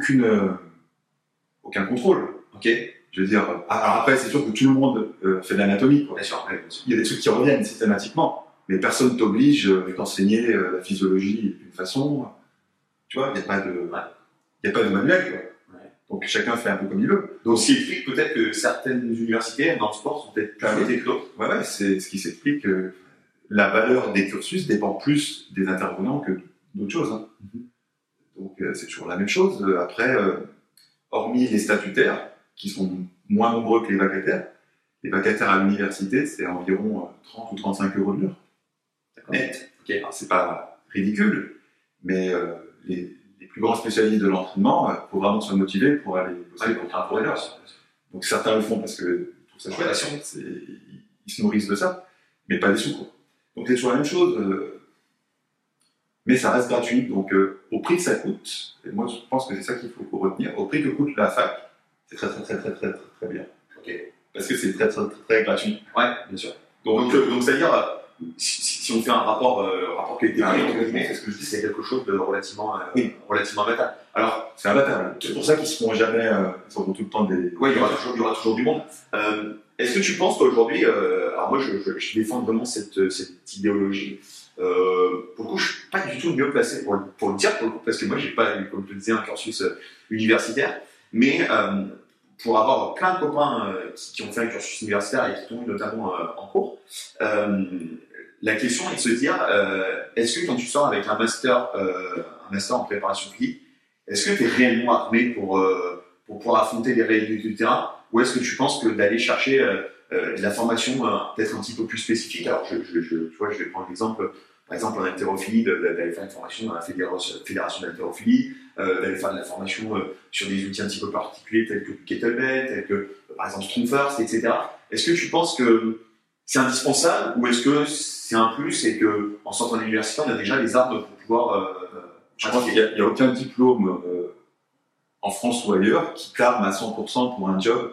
aucun contrôle.
Ok.
Je veux dire, alors après, c'est sûr que tout le monde fait de l'anatomie.
Bien sûr.
Il y a des trucs qui reviennent systématiquement, mais personne t'oblige d'enseigner la physiologie d'une façon. Tu vois, il n'y a pas de manuel. Quoi. Ouais. Donc chacun fait un peu comme il veut.
Donc ce qui explique peut-être que certaines universités dans le sport sont peut-être plus votées que d'autres.
Ouais, c'est ce qui s'explique. La valeur des cursus dépend plus des intervenants que d'autres choses. Hein. Donc c'est toujours la même chose. Après, hormis les statutaires, qui sont moins nombreux que les vacataires à l'université, c'est environ 30 ou 35 € de l'heure. Net.
Okay.
Alors, c'est pas ridicule, mais les plus grands spécialistes de l'entraînement, il faut vraiment se motiver pour aller bosser pour les leurs. Donc certains le font parce que tout ça chouette, ils se nourrissent de ça, mais pas des sous. Quoi. Donc c'est toujours la même chose, mais ça reste gratuit. Donc au prix que ça coûte, et moi je pense que c'est ça qu'il faut retenir, au prix que coûte la fac, c'est très bien.
Okay.
Parce que c'est très gratuit.
Ouais, bien sûr. Donc c'est-à-dire, si on fait un rapport qualité-prix,
c'est ce que je dis,
c'est quelque chose de relativement abattable. Alors,
c'est abattable. C'est pour ça qu'ils se font jamais, ils seront tout le temps des.
Oui, il y aura toujours du monde. Est-ce que tu penses qu'aujourd'hui, alors moi je défends vraiment cette idéologie. Pour le coup, je suis pas du tout mieux placé pour le dire, pour le coup, parce que moi j'ai pas, comme je te disais, un cursus universitaire, mais pour avoir plein de copains qui ont fait un cursus universitaire et qui t'ont eu notamment en cours, la question est de se dire, est-ce que quand tu sors avec un master en préparation physique, est-ce que tu es réellement armé pour pouvoir affronter les réalités du terrain, ou est-ce que tu penses que d'aller chercher la formation peut-être un petit peu plus spécifique. Alors, tu vois, je vais prendre l'exemple, par exemple, en haltérophilie, d'aller faire une formation dans la fédération d'haltérophilie, d'aller faire de la formation sur des outils un petit peu particuliers tels que le kettlebell, tels que, par exemple, Strong First, etc. Est-ce que tu penses que c'est indispensable ou est-ce que c'est un plus et qu'en sortant de l'université, on a déjà les armes pour pouvoir
je pense qu'il n'y a aucun diplôme en France ou ailleurs qui t'arme à 100% pour un job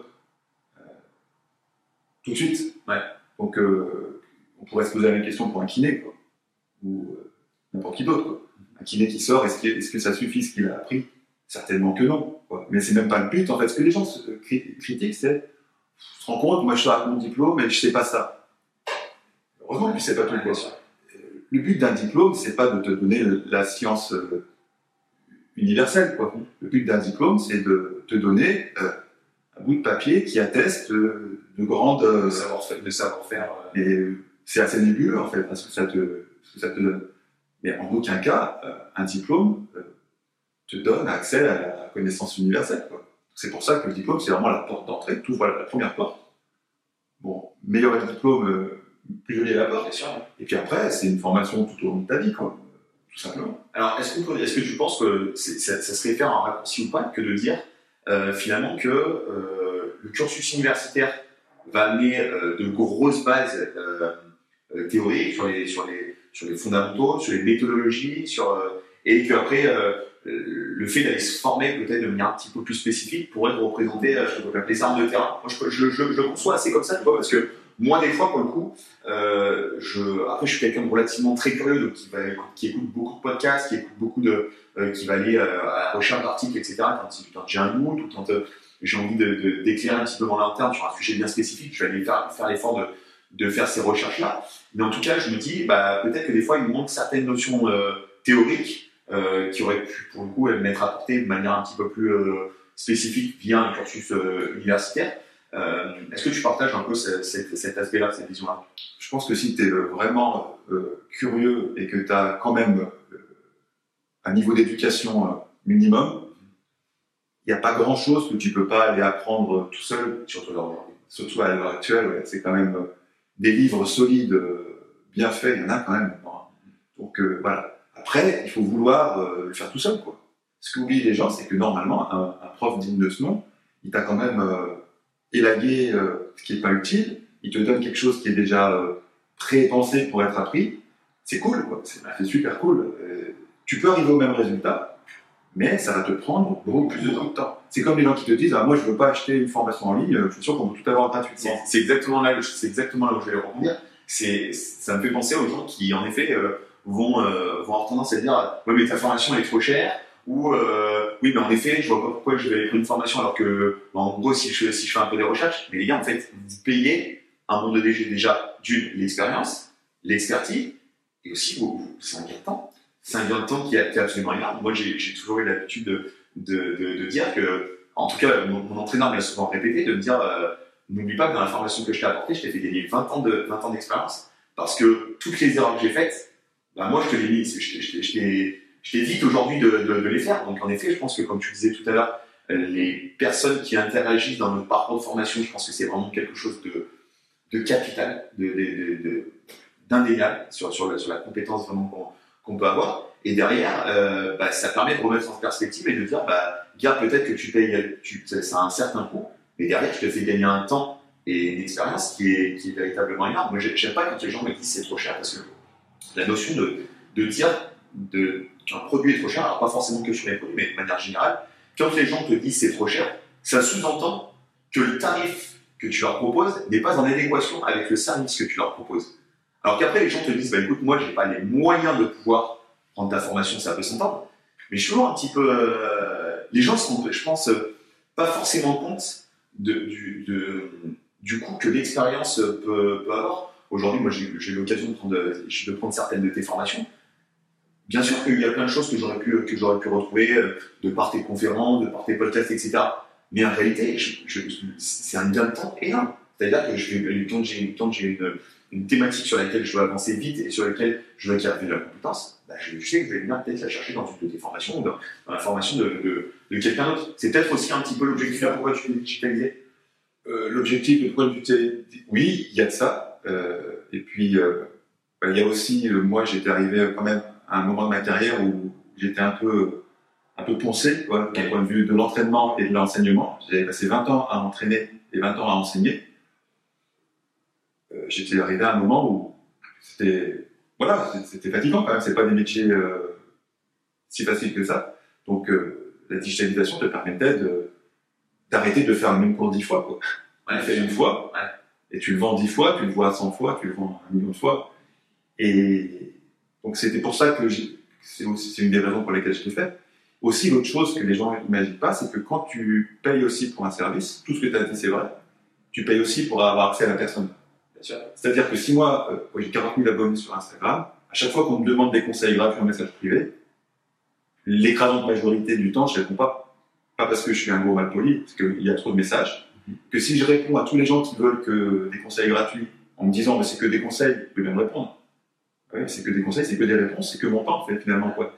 tout de suite.
Ouais.
Donc, on pourrait se poser la même question pour un kiné, quoi. Ou n'importe qui d'autre, quoi. Un kiné qui sort, est-ce que ça suffit ce qu'il a appris? Certainement que non, quoi. Mais c'est même pas le but, en fait. Ce que les gens critiquent, c'est tu te rends compte, moi je sors avec mon diplôme et je sais pas ça. Heureusement que tu sais pas tout, quoi. Le but d'un diplôme, c'est pas de te donner la science universelle, quoi. Le but d'un diplôme, c'est de te donner un bout de papier qui atteste de grandes
savoir-faire.
Et c'est assez nébuleux, en fait, parce que ça te donne. Mais en aucun cas, un diplôme te donne accès à la connaissance universelle, quoi. C'est pour ça que le diplôme, c'est vraiment la porte d'entrée. Tu ouvres la première porte. Bon, meilleur est le diplôme, plus jolie est la porte.
Bien sûr.
Et puis après, c'est une formation tout au long de ta vie, quoi. Tout simplement.
Alors, est-ce que tu penses que ça serait faire un raccourci ou pas que de dire finalement que le cursus universitaire va amener de grosses bases théoriques sur les fondamentaux, sur les méthodologies, et qu'après le fait d'aller se former peut-être de manière un petit peu plus spécifique pourrait représenter les armes de terrain. Moi, je conçois assez comme ça, tu vois, parce que moi, des fois, pour le coup, après, je suis quelqu'un de relativement très curieux, donc qui écoute beaucoup de podcasts, qui écoute beaucoup qui va aller à la recherche d'articles, etc. Quand j'ai un doute ou quand j'ai envie d'éclairer un petit peu mon interne sur un sujet bien spécifique, je vais aller faire l'effort de faire ces recherches-là. Mais en tout cas, je me dis, peut-être que des fois, il me manque certaines notions théoriques qui auraient pu, pour le coup, m'être apportées de manière un petit peu plus spécifique via un cursus universitaire. Est-ce que tu partages un peu cet aspect-là, cette vision-là?
Je pense que si tu es vraiment curieux et que tu as quand même un niveau d'éducation minimum, il n'y a pas grand-chose que tu ne peux pas aller apprendre tout seul, surtout à l'heure actuelle. Ouais, c'est quand même des livres solides, bien faits, il y en a quand même. Donc voilà. Après, il faut vouloir le faire tout seul, quoi. Ce qu'oublient les gens, c'est que normalement, un prof digne de ce nom, il t'a quand même élagué ce qui n'est pas utile, il te donne quelque chose qui est déjà pré-pensé pour être appris. C'est cool, quoi. C'est super cool. Tu peux arriver au même résultat, mais ça va te prendre beaucoup plus de temps. C'est comme les gens qui te disent moi je veux pas acheter une formation en ligne, je suis sûr qu'on peut tout avoir gratuitement.
C'est exactement là où je vais rebondir. Ça me fait penser aux gens qui en effet vont avoir tendance à dire ouais mais ta formation elle est trop chère, ou oui mais en effet je vois pas pourquoi je vais aller prendre une formation alors que en gros si je fais un peu des recherches, mais les gars en fait vous payez un bon de déjà l'expérience, l'expertise, et aussi c'est un gain de temps. C'est un gain de temps qui est absolument énorme. Moi, j'ai toujours eu l'habitude de dire que, en tout cas, mon entraîneur m'a souvent répété, de me dire n'oublie pas que dans la formation que je t'ai apportée, je t'ai fait gagner 20 ans d'expérience, parce que toutes les erreurs que j'ai faites, moi, je te les mise. Je t'évite aujourd'hui de les faire. Donc, en effet, je pense que, comme tu disais tout à l'heure, les personnes qui interagissent dans notre parcours de formation, je pense que c'est vraiment quelque chose de capital, d'indéniable sur la compétence vraiment qu'on peut avoir, et derrière ça permet de remettre en perspective et de dire regarde, peut-être que tu payes ça a un certain coût, mais derrière je te fais gagner un temps et une expérience qui est véritablement énorme. Moi j'aime pas quand les gens me disent c'est trop cher, parce que la notion de dire qu'un produit est trop cher, alors pas forcément que sur les produits, mais de manière générale, quand les gens te disent c'est trop cher, ça sous-entend que le tarif que tu leur proposes n'est pas en adéquation avec le service que tu leur proposes. Alors qu'après, les gens te disent, écoute, moi, j'ai pas les moyens de pouvoir prendre ta formation, ça peut s'entendre. Mais je suis toujours un petit peu... les gens se rendent, je pense, pas forcément compte du coût que l'expérience peut avoir. Aujourd'hui, moi, j'ai eu l'occasion de prendre certaines de tes formations. Bien sûr qu'il y a plein de choses que j'aurais pu retrouver de par tes conférences, de par tes podcasts, etc. Mais en réalité, c'est un gain de temps énorme. C'est-à-dire que quand j'ai une thématique sur laquelle je dois avancer vite et sur laquelle je dois acquérir de la compétence, je sais que je vais venir peut-être la chercher dans une de tes formations ou dans la formation de quelqu'un d'autre. C'est peut-être aussi un petit peu l'objectif là pourquoi tu l'as digitalisé.
L'objectif de pourquoi oui, il y a de ça. Et puis, il y a aussi, moi, j'étais arrivé quand même à un moment de ma carrière où j'étais un peu poncé, quoi, d'un point de vue de l'entraînement et de l'enseignement. J'avais passé 20 ans à entraîner et 20 ans à enseigner. J'étais arrivé à un moment où c'était fatigant quand même. C'est pas des métiers si faciles que ça. Donc, la digitalisation te permettait d'arrêter de faire le même cours 10 fois, quoi. Tu fais une fois, et tu le vends 10 fois, tu le vois 100 fois, tu le vends 1 million de fois. Et donc, c'était pour ça que c'est une des raisons pour lesquelles je l'ai fait. Aussi, l'autre chose que les gens n'imaginent pas, c'est que quand tu payes aussi pour un service, tout ce que tu as dit, c'est vrai, tu payes aussi pour avoir accès à la personne. C'est-à-dire que si moi, j'ai 40 000 abonnés sur Instagram, à chaque fois qu'on me demande des conseils gratuits en message privé, l'écrasante majorité du temps, je ne réponds pas. Pas parce que je suis un gros malpoli, parce qu'il y a trop de messages. Que si je réponds à tous les gens qui veulent que des conseils gratuits, en me disant, mais c'est que des conseils, je peux bien me répondre. Ouais, c'est que des conseils, c'est que des réponses, c'est que mon temps, en fait, finalement, quoi.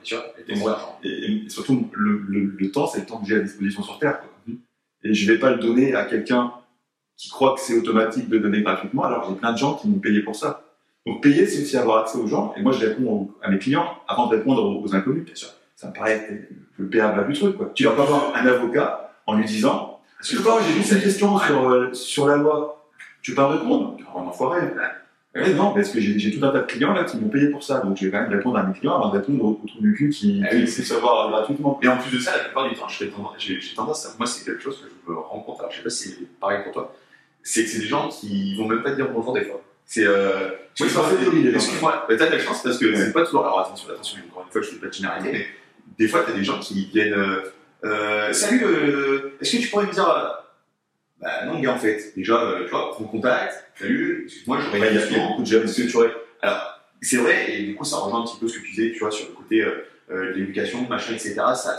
Et surtout, le temps, c'est le temps que j'ai à disposition sur Terre, quoi. Et je vais pas le donner à quelqu'un qui croit que c'est automatique de donner gratuitement, alors j'ai plein de gens qui m'ont payé pour ça. Donc, payer, c'est aussi avoir accès aux gens. Et moi, je réponds à mes clients avant de répondre aux inconnus, bien sûr. Ça me paraît le péable du truc, quoi. Tu vas pas voir un avocat en lui disant, j'ai juste une question sur la loi. Tu peux pas répondre? Un enfoiré. Ouais, non, parce que j'ai tout un tas de clients là qui m'ont payé pour ça, donc je vais quand même répondre à mes clients avant de répondre au trou du cul qui sait savoir gratuitement.
Et en plus de ça, la plupart du temps, j'ai tendance à. Moi, c'est quelque chose que je me rends compte, alors je sais pas si c'est pareil pour toi, c'est que c'est des gens qui vont même pas te dire bonjour des fois. C'est. Excuse-moi, t'as de la chance parce que c'est pas toujours. Alors attention, encore une fois, je fais pas de généralité, mais des fois, t'as des gens qui viennent. Salut, est-ce que tu pourrais me dire. Bah non, gars, en fait, déjà, tu vois, prends contact, salut, excuse-moi, j'aurais
il y a beaucoup de jeunes,
est-ce que tu aurais. Alors, c'est vrai, et du coup, ça rejoint un petit peu ce que tu disais, tu vois, sur le côté de l'éducation, machin, etc.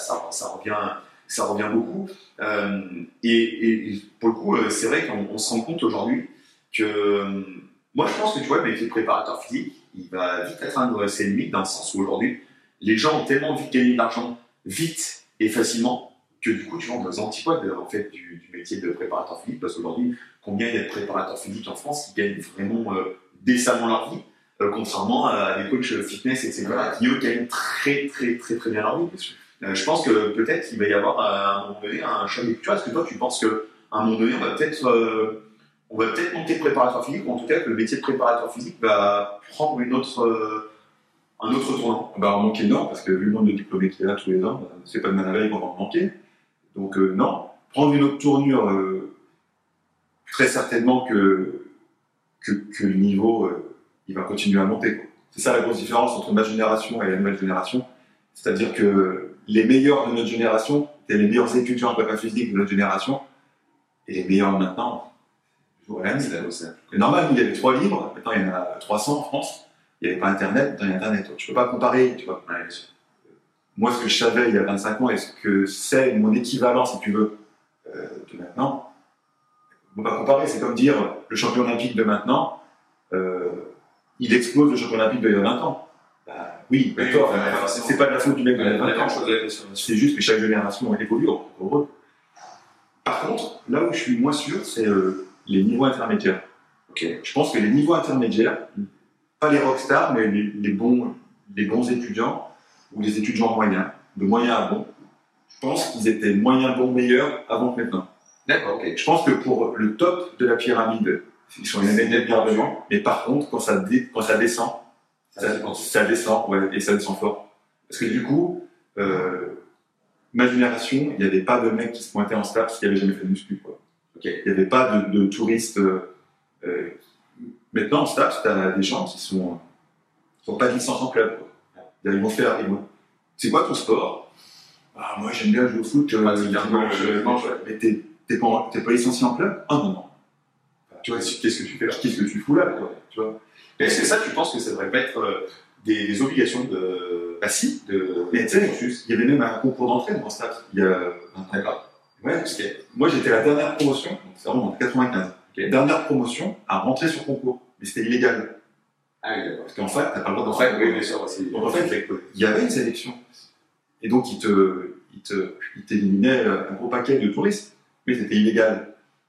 Ça revient beaucoup. Et pour le coup, c'est vrai qu'on se rend compte aujourd'hui que. Moi, je pense que tu vois, le métier de préparateur physique, il va vite atteindre ses limites dans le sens où aujourd'hui, les gens ont tellement vite gagné de l'argent, vite et facilement, que du coup, tu vois, on est aux antipodes en fait, du métier de préparateur physique, parce qu'aujourd'hui, combien il y a de préparateurs physiques en France qui gagnent vraiment décemment leur vie, contrairement à des coachs fitness, etc., qui eux gagnent très bien leur vie. Je pense que peut-être qu'il va y avoir à un moment donné un choc de culture. Est-ce que toi, tu penses qu'à un moment donné, on va peut-être manquer de préparateur physique, ou en tout cas que le métier de préparateur physique va prendre un autre tournant?
Bah, en manquer, non, parce que vu le nombre de diplômés qu'il y a là tous les ans, c'est pas de mal à veille qu'on va en manquer. Donc, non. Prendre une autre tournure, très certainement que le niveau, il va continuer à monter, quoi. C'est ça la grosse différence entre ma génération et la nouvelle génération. C'est-à-dire que les meilleurs de notre génération, étaient les meilleurs étudiants en prépa physique de notre génération, et les meilleurs maintenant, toujours à la mise. C'est normal, il y avait 3 livres, maintenant il y en a 300 en France. Il n'y avait pas Internet, maintenant il y a Internet. Tu ne peux pas comparer, tu vois. Moi, ce que je savais il y a 25 ans et ce que c'est mon équivalent, si tu veux, de maintenant, on ne peut pas comparer. C'est comme dire le champion olympique de maintenant, il explose le champion olympique d'il y a 20 ans. Bah, oui, d'accord. C'est pas de la faute du mec de 20 ans. C'est juste que chaque génération évolue, heureux. Par contre, là où je suis moins sûr, c'est les niveaux intermédiaires. Okay. Je pense que les niveaux intermédiaires, pas les rockstars, mais les bons étudiants ou les étudiants moyens, de moyens à bons, je pense qu'ils étaient moyens bons meilleurs avant que maintenant.
D'accord, ok.
Je pense que pour le top de la pyramide, ils sont les bien devant, mais par contre, quand ça descend, ça descend, ouais, et ça descend fort. Parce que du coup, ma génération, il n'y avait pas de mecs qui se pointaient en STAPS qui n'avaient jamais fait de muscu, quoi.
Okay.
Il n'y avait pas de touristes. Maintenant, en STAPS, tu as des gens qui sont pas de licence en club, quoi. Ils vont faire. C'est quoi ton sport? Ah, moi, j'aime bien jouer au foot. Mais t'es pas licencié en club? Ah non. Tu vois, qu'est-ce que tu fais là? Qu'est-ce que tu fous là, quoi, tu vois?
Mais est-ce que ça, tu penses que ça devrait pas être des obligations de.
Ah si. Mais tu sais, il y avait même un concours d'entrée dans STAPS. Il y a un temps. Ouais, parce que moi, j'étais la dernière promotion, donc c'est vraiment en 95. Okay. Dernière promotion à rentrer sur concours. Mais c'était illégal.
Ah oui, d'accord.
Parce qu'en fait, t'as pas le droit d'en
faire. Oui, bien sûr.
Donc en fait, il y avait une sélection. Et donc, il t'éliminait un gros paquet de touristes. Mais c'était illégal.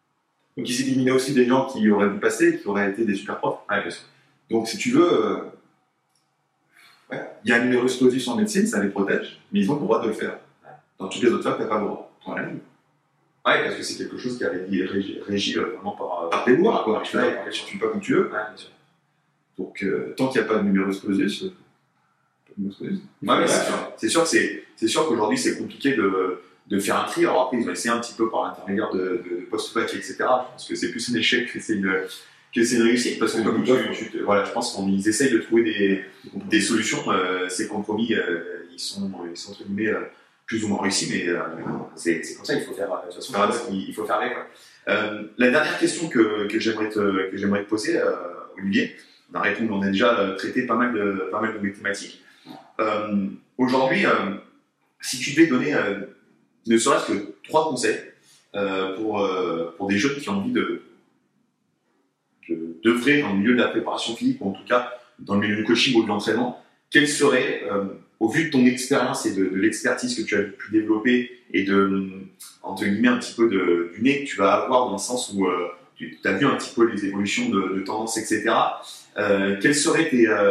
Donc ils éliminaient aussi des gens qui auraient dû passer, qui auraient été des super profs.
Ouais, bien sûr.
Donc si tu veux, il y a un numerus clausus en médecine, ça les protège, mais ils ont le droit de le faire. Dans toutes les autres facs, tu n'as pas le droit.
Ouais, parce que c'est quelque chose qui avait été régi vraiment
Par des lois, quoi. Tu
ouais,
ne pas comme tu veux.
Ouais, bien sûr.
Donc tant qu'il n'y a pas de numerus clausus,
Ouais, c'est sûr qu'aujourd'hui c'est compliqué de faire un tri. Alors après ils ont essayé un petit peu par l'intermédiaire de post-bac, etc. Je pense que c'est plus un échec que c'est une réussite, parce que comme voilà, je pense qu'ils essayent de trouver des solutions. Ces compromis ils sont entre guillemets plus ou moins réussis, mais c'est comme ça, il faut faire de toute façon, il faut faire avec. La dernière question que j'aimerais te poser, Olivier, on a déjà traité pas mal de mes thématiques. Aujourd'hui, si tu devais donner ne serait-ce que 3 conseils pour des jeunes qui ont envie d'œuvrer dans le milieu de la préparation physique, ou en tout cas dans le milieu du coaching ou de l'entraînement, quels seraient, au vu de ton expérience et de l'expertise que tu as pu développer et entre guillemets un petit peu du nez que tu vas avoir dans le sens où tu as vu un petit peu les évolutions de tendance, etc. Quels seraient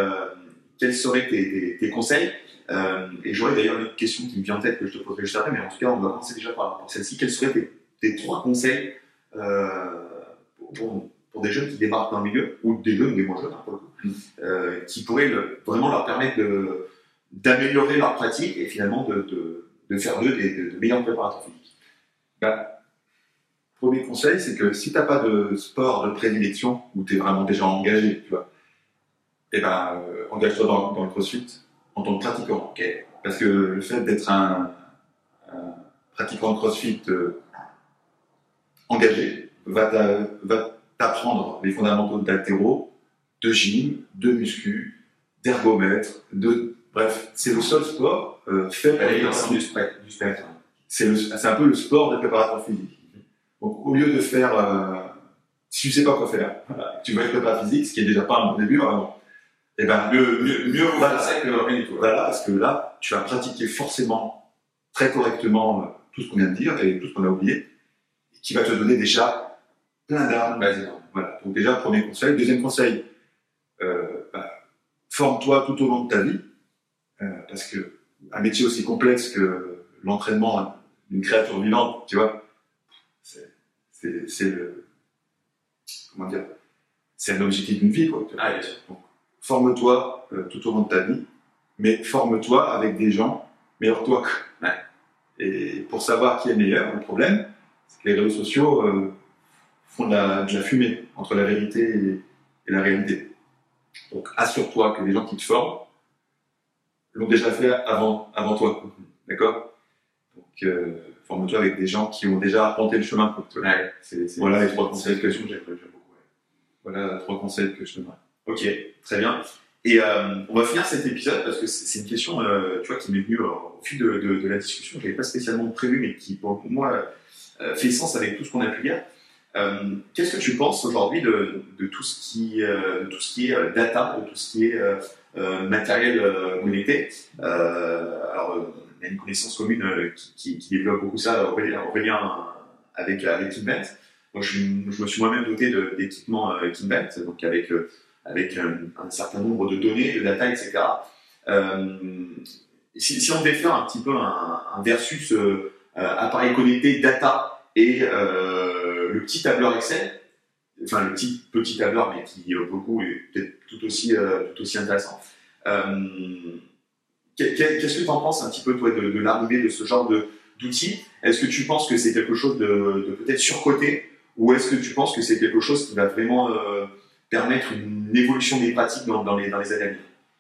tes conseils? Et j'aurais d'ailleurs une question qui me vient en tête que je te poserai juste après, mais en tout cas, on va commencer déjà par celle-ci. Quels seraient tes 3 conseils pour des jeunes qui démarrent dans le milieu, ou des jeunes ou des moins jeunes, pour le coup, qui pourraient vraiment leur permettre d'améliorer leur pratique et finalement de faire d'eux de meilleurs préparateurs physiques?
Premier conseil, c'est que si tu n'as pas de sport de prédilection, où tu es vraiment déjà engagé, tu vois, engage-toi dans le crossfit en tant que pratiquant.
Okay.
Parce que le fait d'être un pratiquant de crossfit engagé va t'apprendre les fondamentaux d'haltéro, de gym, de muscu, d'ergomètre, bref, c'est le seul sport fait pour
du spectre.
C'est un peu le sport de préparateur physique. Donc au lieu de faire, si tu sais pas quoi faire, tu vas être préparateur physique, ce qui est déjà pas un bon début vraiment. Et
mieux vaut faire ça que rien du tout.
Voilà, parce que là, tu vas pratiquer forcément très correctement tout ce qu'on vient de dire et tout ce qu'on a oublié, qui va te donner déjà plein d'armes. Voilà. Donc déjà, premier conseil. Deuxième conseil, forme-toi tout au long de ta vie, parce que un métier aussi complexe que l'entraînement d'une créature vivante, tu vois, c'est le, comment dire, c'est un objectif d'une vie, quoi.
Bien sûr.
Donc, forme-toi tout au long de ta vie, mais forme-toi avec des gens meilleurs que toi.
Ouais.
Et pour savoir qui est meilleur, le problème, c'est que les réseaux sociaux font de la fumée entre la vérité et la réalité. Donc assure-toi que les gens qui te forment l'ont déjà fait avant toi. D'accord? Donc forme-toi avec des gens qui ont déjà arpenté le chemin.
Ouais.
Voilà les 3 conseils que
j'aime beaucoup.
Voilà 3 conseils que je te donnerai.
Ok, très bien. Et on va finir cet épisode parce que c'est une question tu vois, qui m'est venue au fil de la discussion, que je n'avais pas spécialement prévu, mais qui pour moi fait sens avec tout ce qu'on a pu dire. Qu'est-ce que tu penses aujourd'hui de tout ce qui est data, de tout ce qui est matériel connecté? Alors, on a une connaissance commune qui développe beaucoup ça, Aurélien avec Kinvent. Moi, je me suis moi-même doté d'équipements Kinvent, donc avec un certain nombre de données, de data, etc. Si on devait faire un petit peu un versus appareil connecté, data et le petit tableur Excel, enfin le petit tableur, mais qui beaucoup est peut-être tout aussi intéressant. Qu'est-ce que tu en penses un petit peu, toi, de l'arrivée de ce genre d'outils? Est-ce que tu penses que c'est quelque chose de peut-être surcoté, ou est-ce que tu penses que c'est quelque chose qui va vraiment permettre une évolution des pratiques dans les années à venir?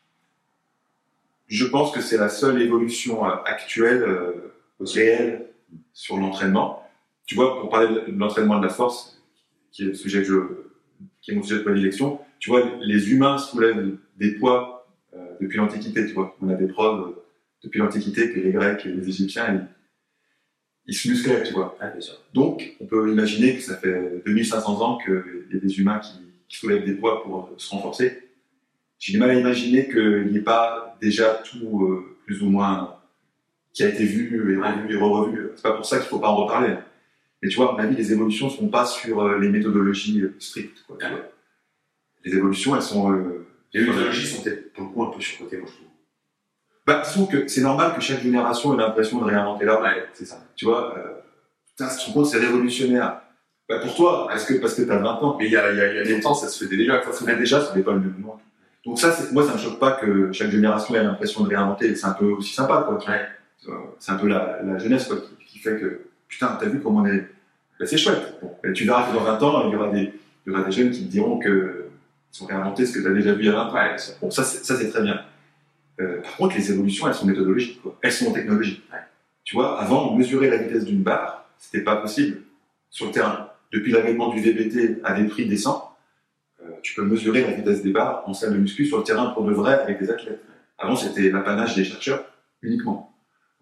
Je pense que c'est la seule évolution actuelle, réelle, sur l'entraînement. Tu vois, pour parler de l'entraînement de la force, qui est mon sujet de prédilection, tu vois, les humains soulèvent des poids depuis l'Antiquité, tu vois. On a des preuves depuis l'Antiquité que les Grecs et les Égyptiens, ils se musclaient, tu vois.
Bien sûr.
Donc, on peut imaginer que ça fait 2500 ans qu'il y a des humains qui soulèvent des poids pour se renforcer. J'ai du mal à imaginer qu'il n'y ait pas déjà tout, plus ou moins, qui a été vu et revu et re-revu. C'est pas pour ça qu'il ne faut pas en reparler. Mais tu vois, à mon avis, les évolutions ne sont pas sur les méthodologies strictes, quoi, tu vois. Les évolutions, elles sont...
les méthodologies sont peut-être pour le coup un peu surcotées, moi je trouve.
Bah, disons que c'est normal que chaque génération ait l'impression de réinventer l'art.
Ouais, c'est ça.
Tu vois, putain, si tu te rends compte, c'est révolutionnaire. Bah, pour toi, parce que t'as 20 ans.
Mais il y a longtemps, ça se faisait déjà.
Ça se faisait déjà, ça n'est pas le même moment. Donc ça, moi, ça me choque pas que chaque génération ait l'impression de réinventer. C'est un peu aussi sympa, quoi. Tu vois. C'est un peu la jeunesse, quoi, qui fait que, putain, t'as vu comment on est... Bah, c'est chouette. Bon, tu verras que dans 20 ans, il y aura des jeunes qui te diront que ils ont réinventé ce que tu as déjà vu il y a 20 ans.
Ouais.
Bon, ça, c'est très bien. Par contre, les évolutions, elles sont méthodologiques, quoi. Elles sont technologiques. Ouais. Tu vois, avant, mesurer la vitesse d'une barre, c'était pas possible sur le terrain. Depuis l'avènement du VBT à des prix décents, tu peux mesurer la vitesse des barres en salle de muscu sur le terrain pour de vrai avec des athlètes. Avant, c'était l'apanage des chercheurs uniquement.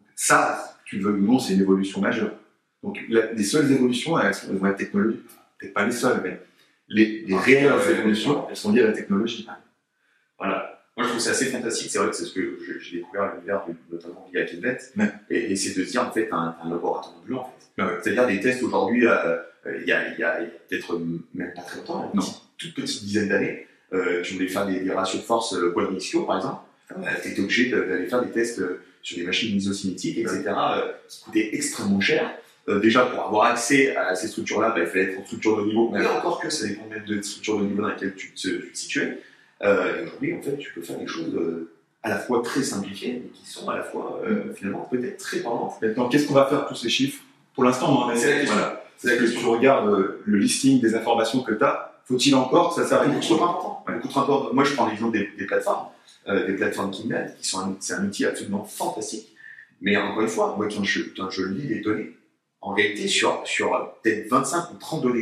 Ça, tu le veux ou non, c'est une évolution majeure. Donc, les seules évolutions, elles vont être technologiques. Peut-être pas les seules, mais les réelles évolutions, elles sont liées à la technologie.
Voilà. Moi, je trouve ça assez fantastique. C'est vrai que c'est ce que j'ai découvert l'univers, notamment via Kinvet. Ouais. Et c'est de se dire, en fait, un laboratoire de blanc, en fait. Ouais. C'est-à-dire des tests aujourd'hui, il y a peut-être même pas très longtemps, une toute petite dizaine d'années, tu voulais faire des ratios de force poids de ischio, par exemple. Tu étais obligé d'aller faire des tests sur des machines isocinétiques, etc., qui coûtaient extrêmement cher. Déjà, pour avoir accès à ces structures-là, il fallait être en structure de niveau. Mais encore que ça dépend même de la structure de niveau dans laquelle tu te situais. Et aujourd'hui, en fait, tu peux faire des choses à la fois très simplifiées, mais qui sont à la fois, finalement, peut-être très parlantes.
Maintenant, qu'est-ce qu'on va faire de tous ces chiffres? Pour l'instant, on en est. Voilà. C'est-à-dire que si tu regardes le listing des informations que tu as, faut-il encore que ça serve
beaucoup trop important. Beaucoup trop important. Moi, je prends l'exemple des plateformes. Des plateformes Kinvet, c'est un outil absolument fantastique. Mais encore une fois, moi, quand je lis les données, en réalité, sur peut-être 25 ou 30 données que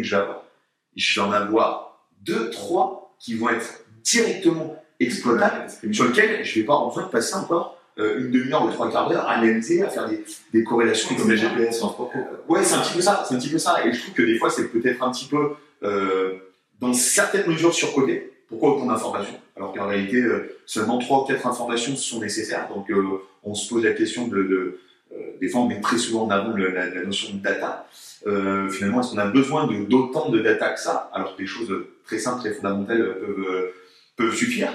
je vais en avoir 2, 3 qui vont être directement exploitables, sur lesquelles je ne vais pas avoir besoin de passer encore une demi-heure ou 3 quarts d'heure à analyser, à faire des corrélations.
Comme les GPS en sport.
Ouais, c'est un petit peu ça. Et je trouve que des fois, c'est peut-être un petit peu, dans certaines mesures, surcoté. Pourquoi autant d'informations? Alors qu'en réalité, seulement 3 ou 4 informations sont nécessaires. Donc, on se pose la question des fois, on met très souvent en avant la notion de data. Finalement, est-ce qu'on a besoin d'autant de data que ça? Alors que des choses très simples, très fondamentales peuvent suffire.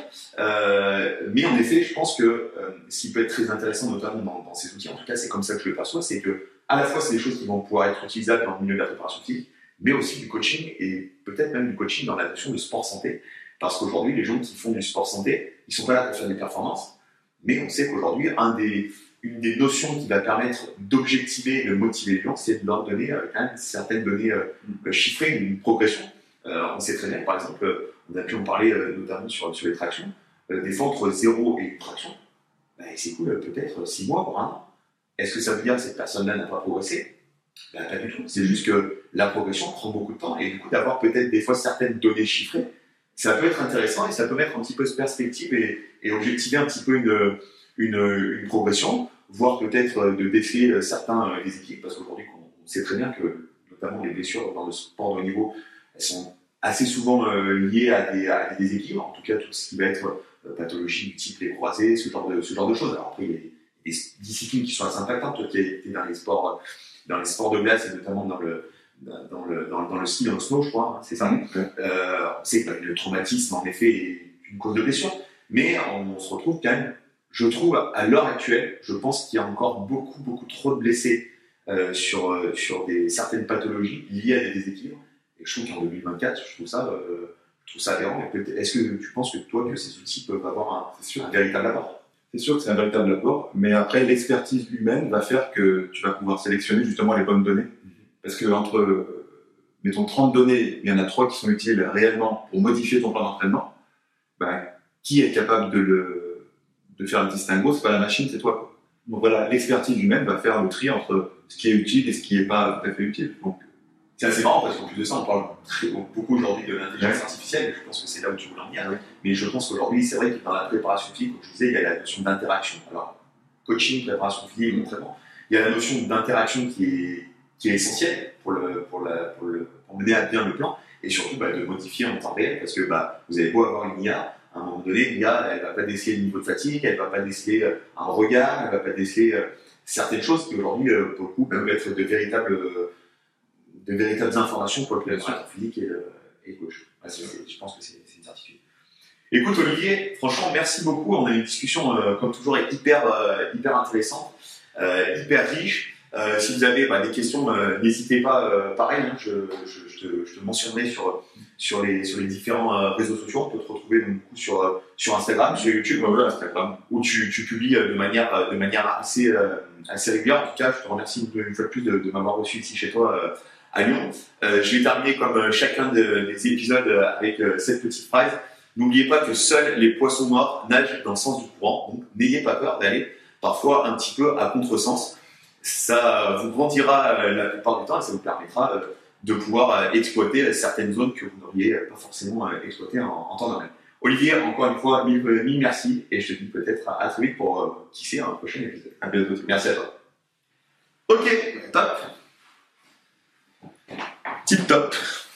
Mais en effet, je pense que ce qui peut être très intéressant, notamment dans ces outils, en tout cas, c'est comme ça que je le perçois, c'est que à la fois, c'est des choses qui vont pouvoir être utilisables dans le milieu de la préparation physique, mais aussi du coaching et peut-être même du coaching dans la notion de sport santé. Parce qu'aujourd'hui, les gens qui font du sport santé, ils sont pas là pour faire des performances, mais on sait qu'aujourd'hui, une des notions qui va permettre d'objectiver et de motiver les gens, c'est de leur donner quand même certaines données chiffrées, une progression. On sait très bien, par exemple, on a pu en parler notamment sur les tractions, des fois entre 0 et une traction, c'est cool, peut-être 6 mois, voire 1 an. Est-ce que ça veut dire que cette personne-là n'a pas progressé? Pas du tout. C'est juste que la progression prend beaucoup de temps et du coup, d'avoir peut-être des fois certaines données chiffrées, ça peut être intéressant et ça peut mettre un petit peu de perspective et objectiver un petit peu une progression, voire peut-être de défier certains déséquilibres, parce qu'aujourd'hui, on sait très bien que, notamment les blessures dans le sport de haut niveau, elles sont assez souvent liées à des déséquilibres, en tout cas tout ce qui va être pathologie multiple et croisée, ce genre de choses. Alors après, il y a des disciplines qui sont assez impactantes, toi qui as été dans les sports de glace et notamment dans le ski, dans le snow, je crois, hein, c'est ça. On sait que le traumatisme, en effet, est une cause de blessure, mais on se retrouve quand même, je trouve, à l'heure actuelle, je pense qu'il y a encore beaucoup, beaucoup trop de blessés sur certaines pathologies liées à des déséquilibres. Et je trouve qu'en 2024, je trouve ça aberrant. Est-ce que tu penses que toi, que ces outils peuvent avoir un véritable apport?
C'est sûr que c'est un véritable apport, mais après, l'expertise humaine va faire que tu vas pouvoir sélectionner justement les bonnes données. Parce que entre, mettons, 30 données, il y en a 3 qui sont utiles réellement pour modifier ton plan d'entraînement, qui est capable de faire le distinguo? C'est pas la machine, c'est toi, quoi. Donc voilà, l'expertise humaine va faire le tri entre ce qui est utile et ce qui n'est pas tout à fait utile. Donc,
c'est assez marrant parce qu'en plus de ça, on parle beaucoup aujourd'hui de l'intelligence artificielle, et je pense que c'est là où tu voulais en venir. Mais je pense qu'aujourd'hui, c'est vrai que dans la préparation physique, comme je disais, il y a la notion d'interaction. Alors, coaching, préparation physique, entraînement, il y a la notion d'interaction qui est essentielle pour mener à bien le plan, et surtout de modifier en temps réel, parce que vous avez beau avoir une IA, à un moment donné, l'IA, elle ne va pas déceler le niveau de fatigue, elle ne va pas déceler un regard, elle ne va pas déceler certaines choses qui aujourd'hui, pour le coup, peuvent être de véritables de véritables informations pour le préparateur physique et le coach. Je pense que c'est une certitude. Écoute Olivier, franchement merci beaucoup. On a eu une discussion comme toujours hyper intéressante, hyper riche. Si vous avez des questions, n'hésitez pas. Pareil, hein, je te mentionnerai sur les différents réseaux sociaux. On peut te retrouver donc, beaucoup sur Instagram, sur YouTube,
Instagram,
où tu publies de manière assez régulière. En tout cas, je te remercie une fois de plus de m'avoir reçu ici chez toi à Lyon. Je vais terminer comme chacun des épisodes avec cette petite phrase. N'oubliez pas que seuls les poissons morts nagent dans le sens du courant. Donc, n'ayez pas peur d'aller parfois un petit peu à contresens. Ça vous grandira la plupart du temps et ça vous permettra de pouvoir exploiter certaines zones que vous n'auriez pas forcément exploitées en temps normal. Olivier, encore une fois, mille merci et je te dis peut-être à très vite pour qui sait un prochain épisode.
à bientôt.
Merci à toi. Ok, top. Tip top.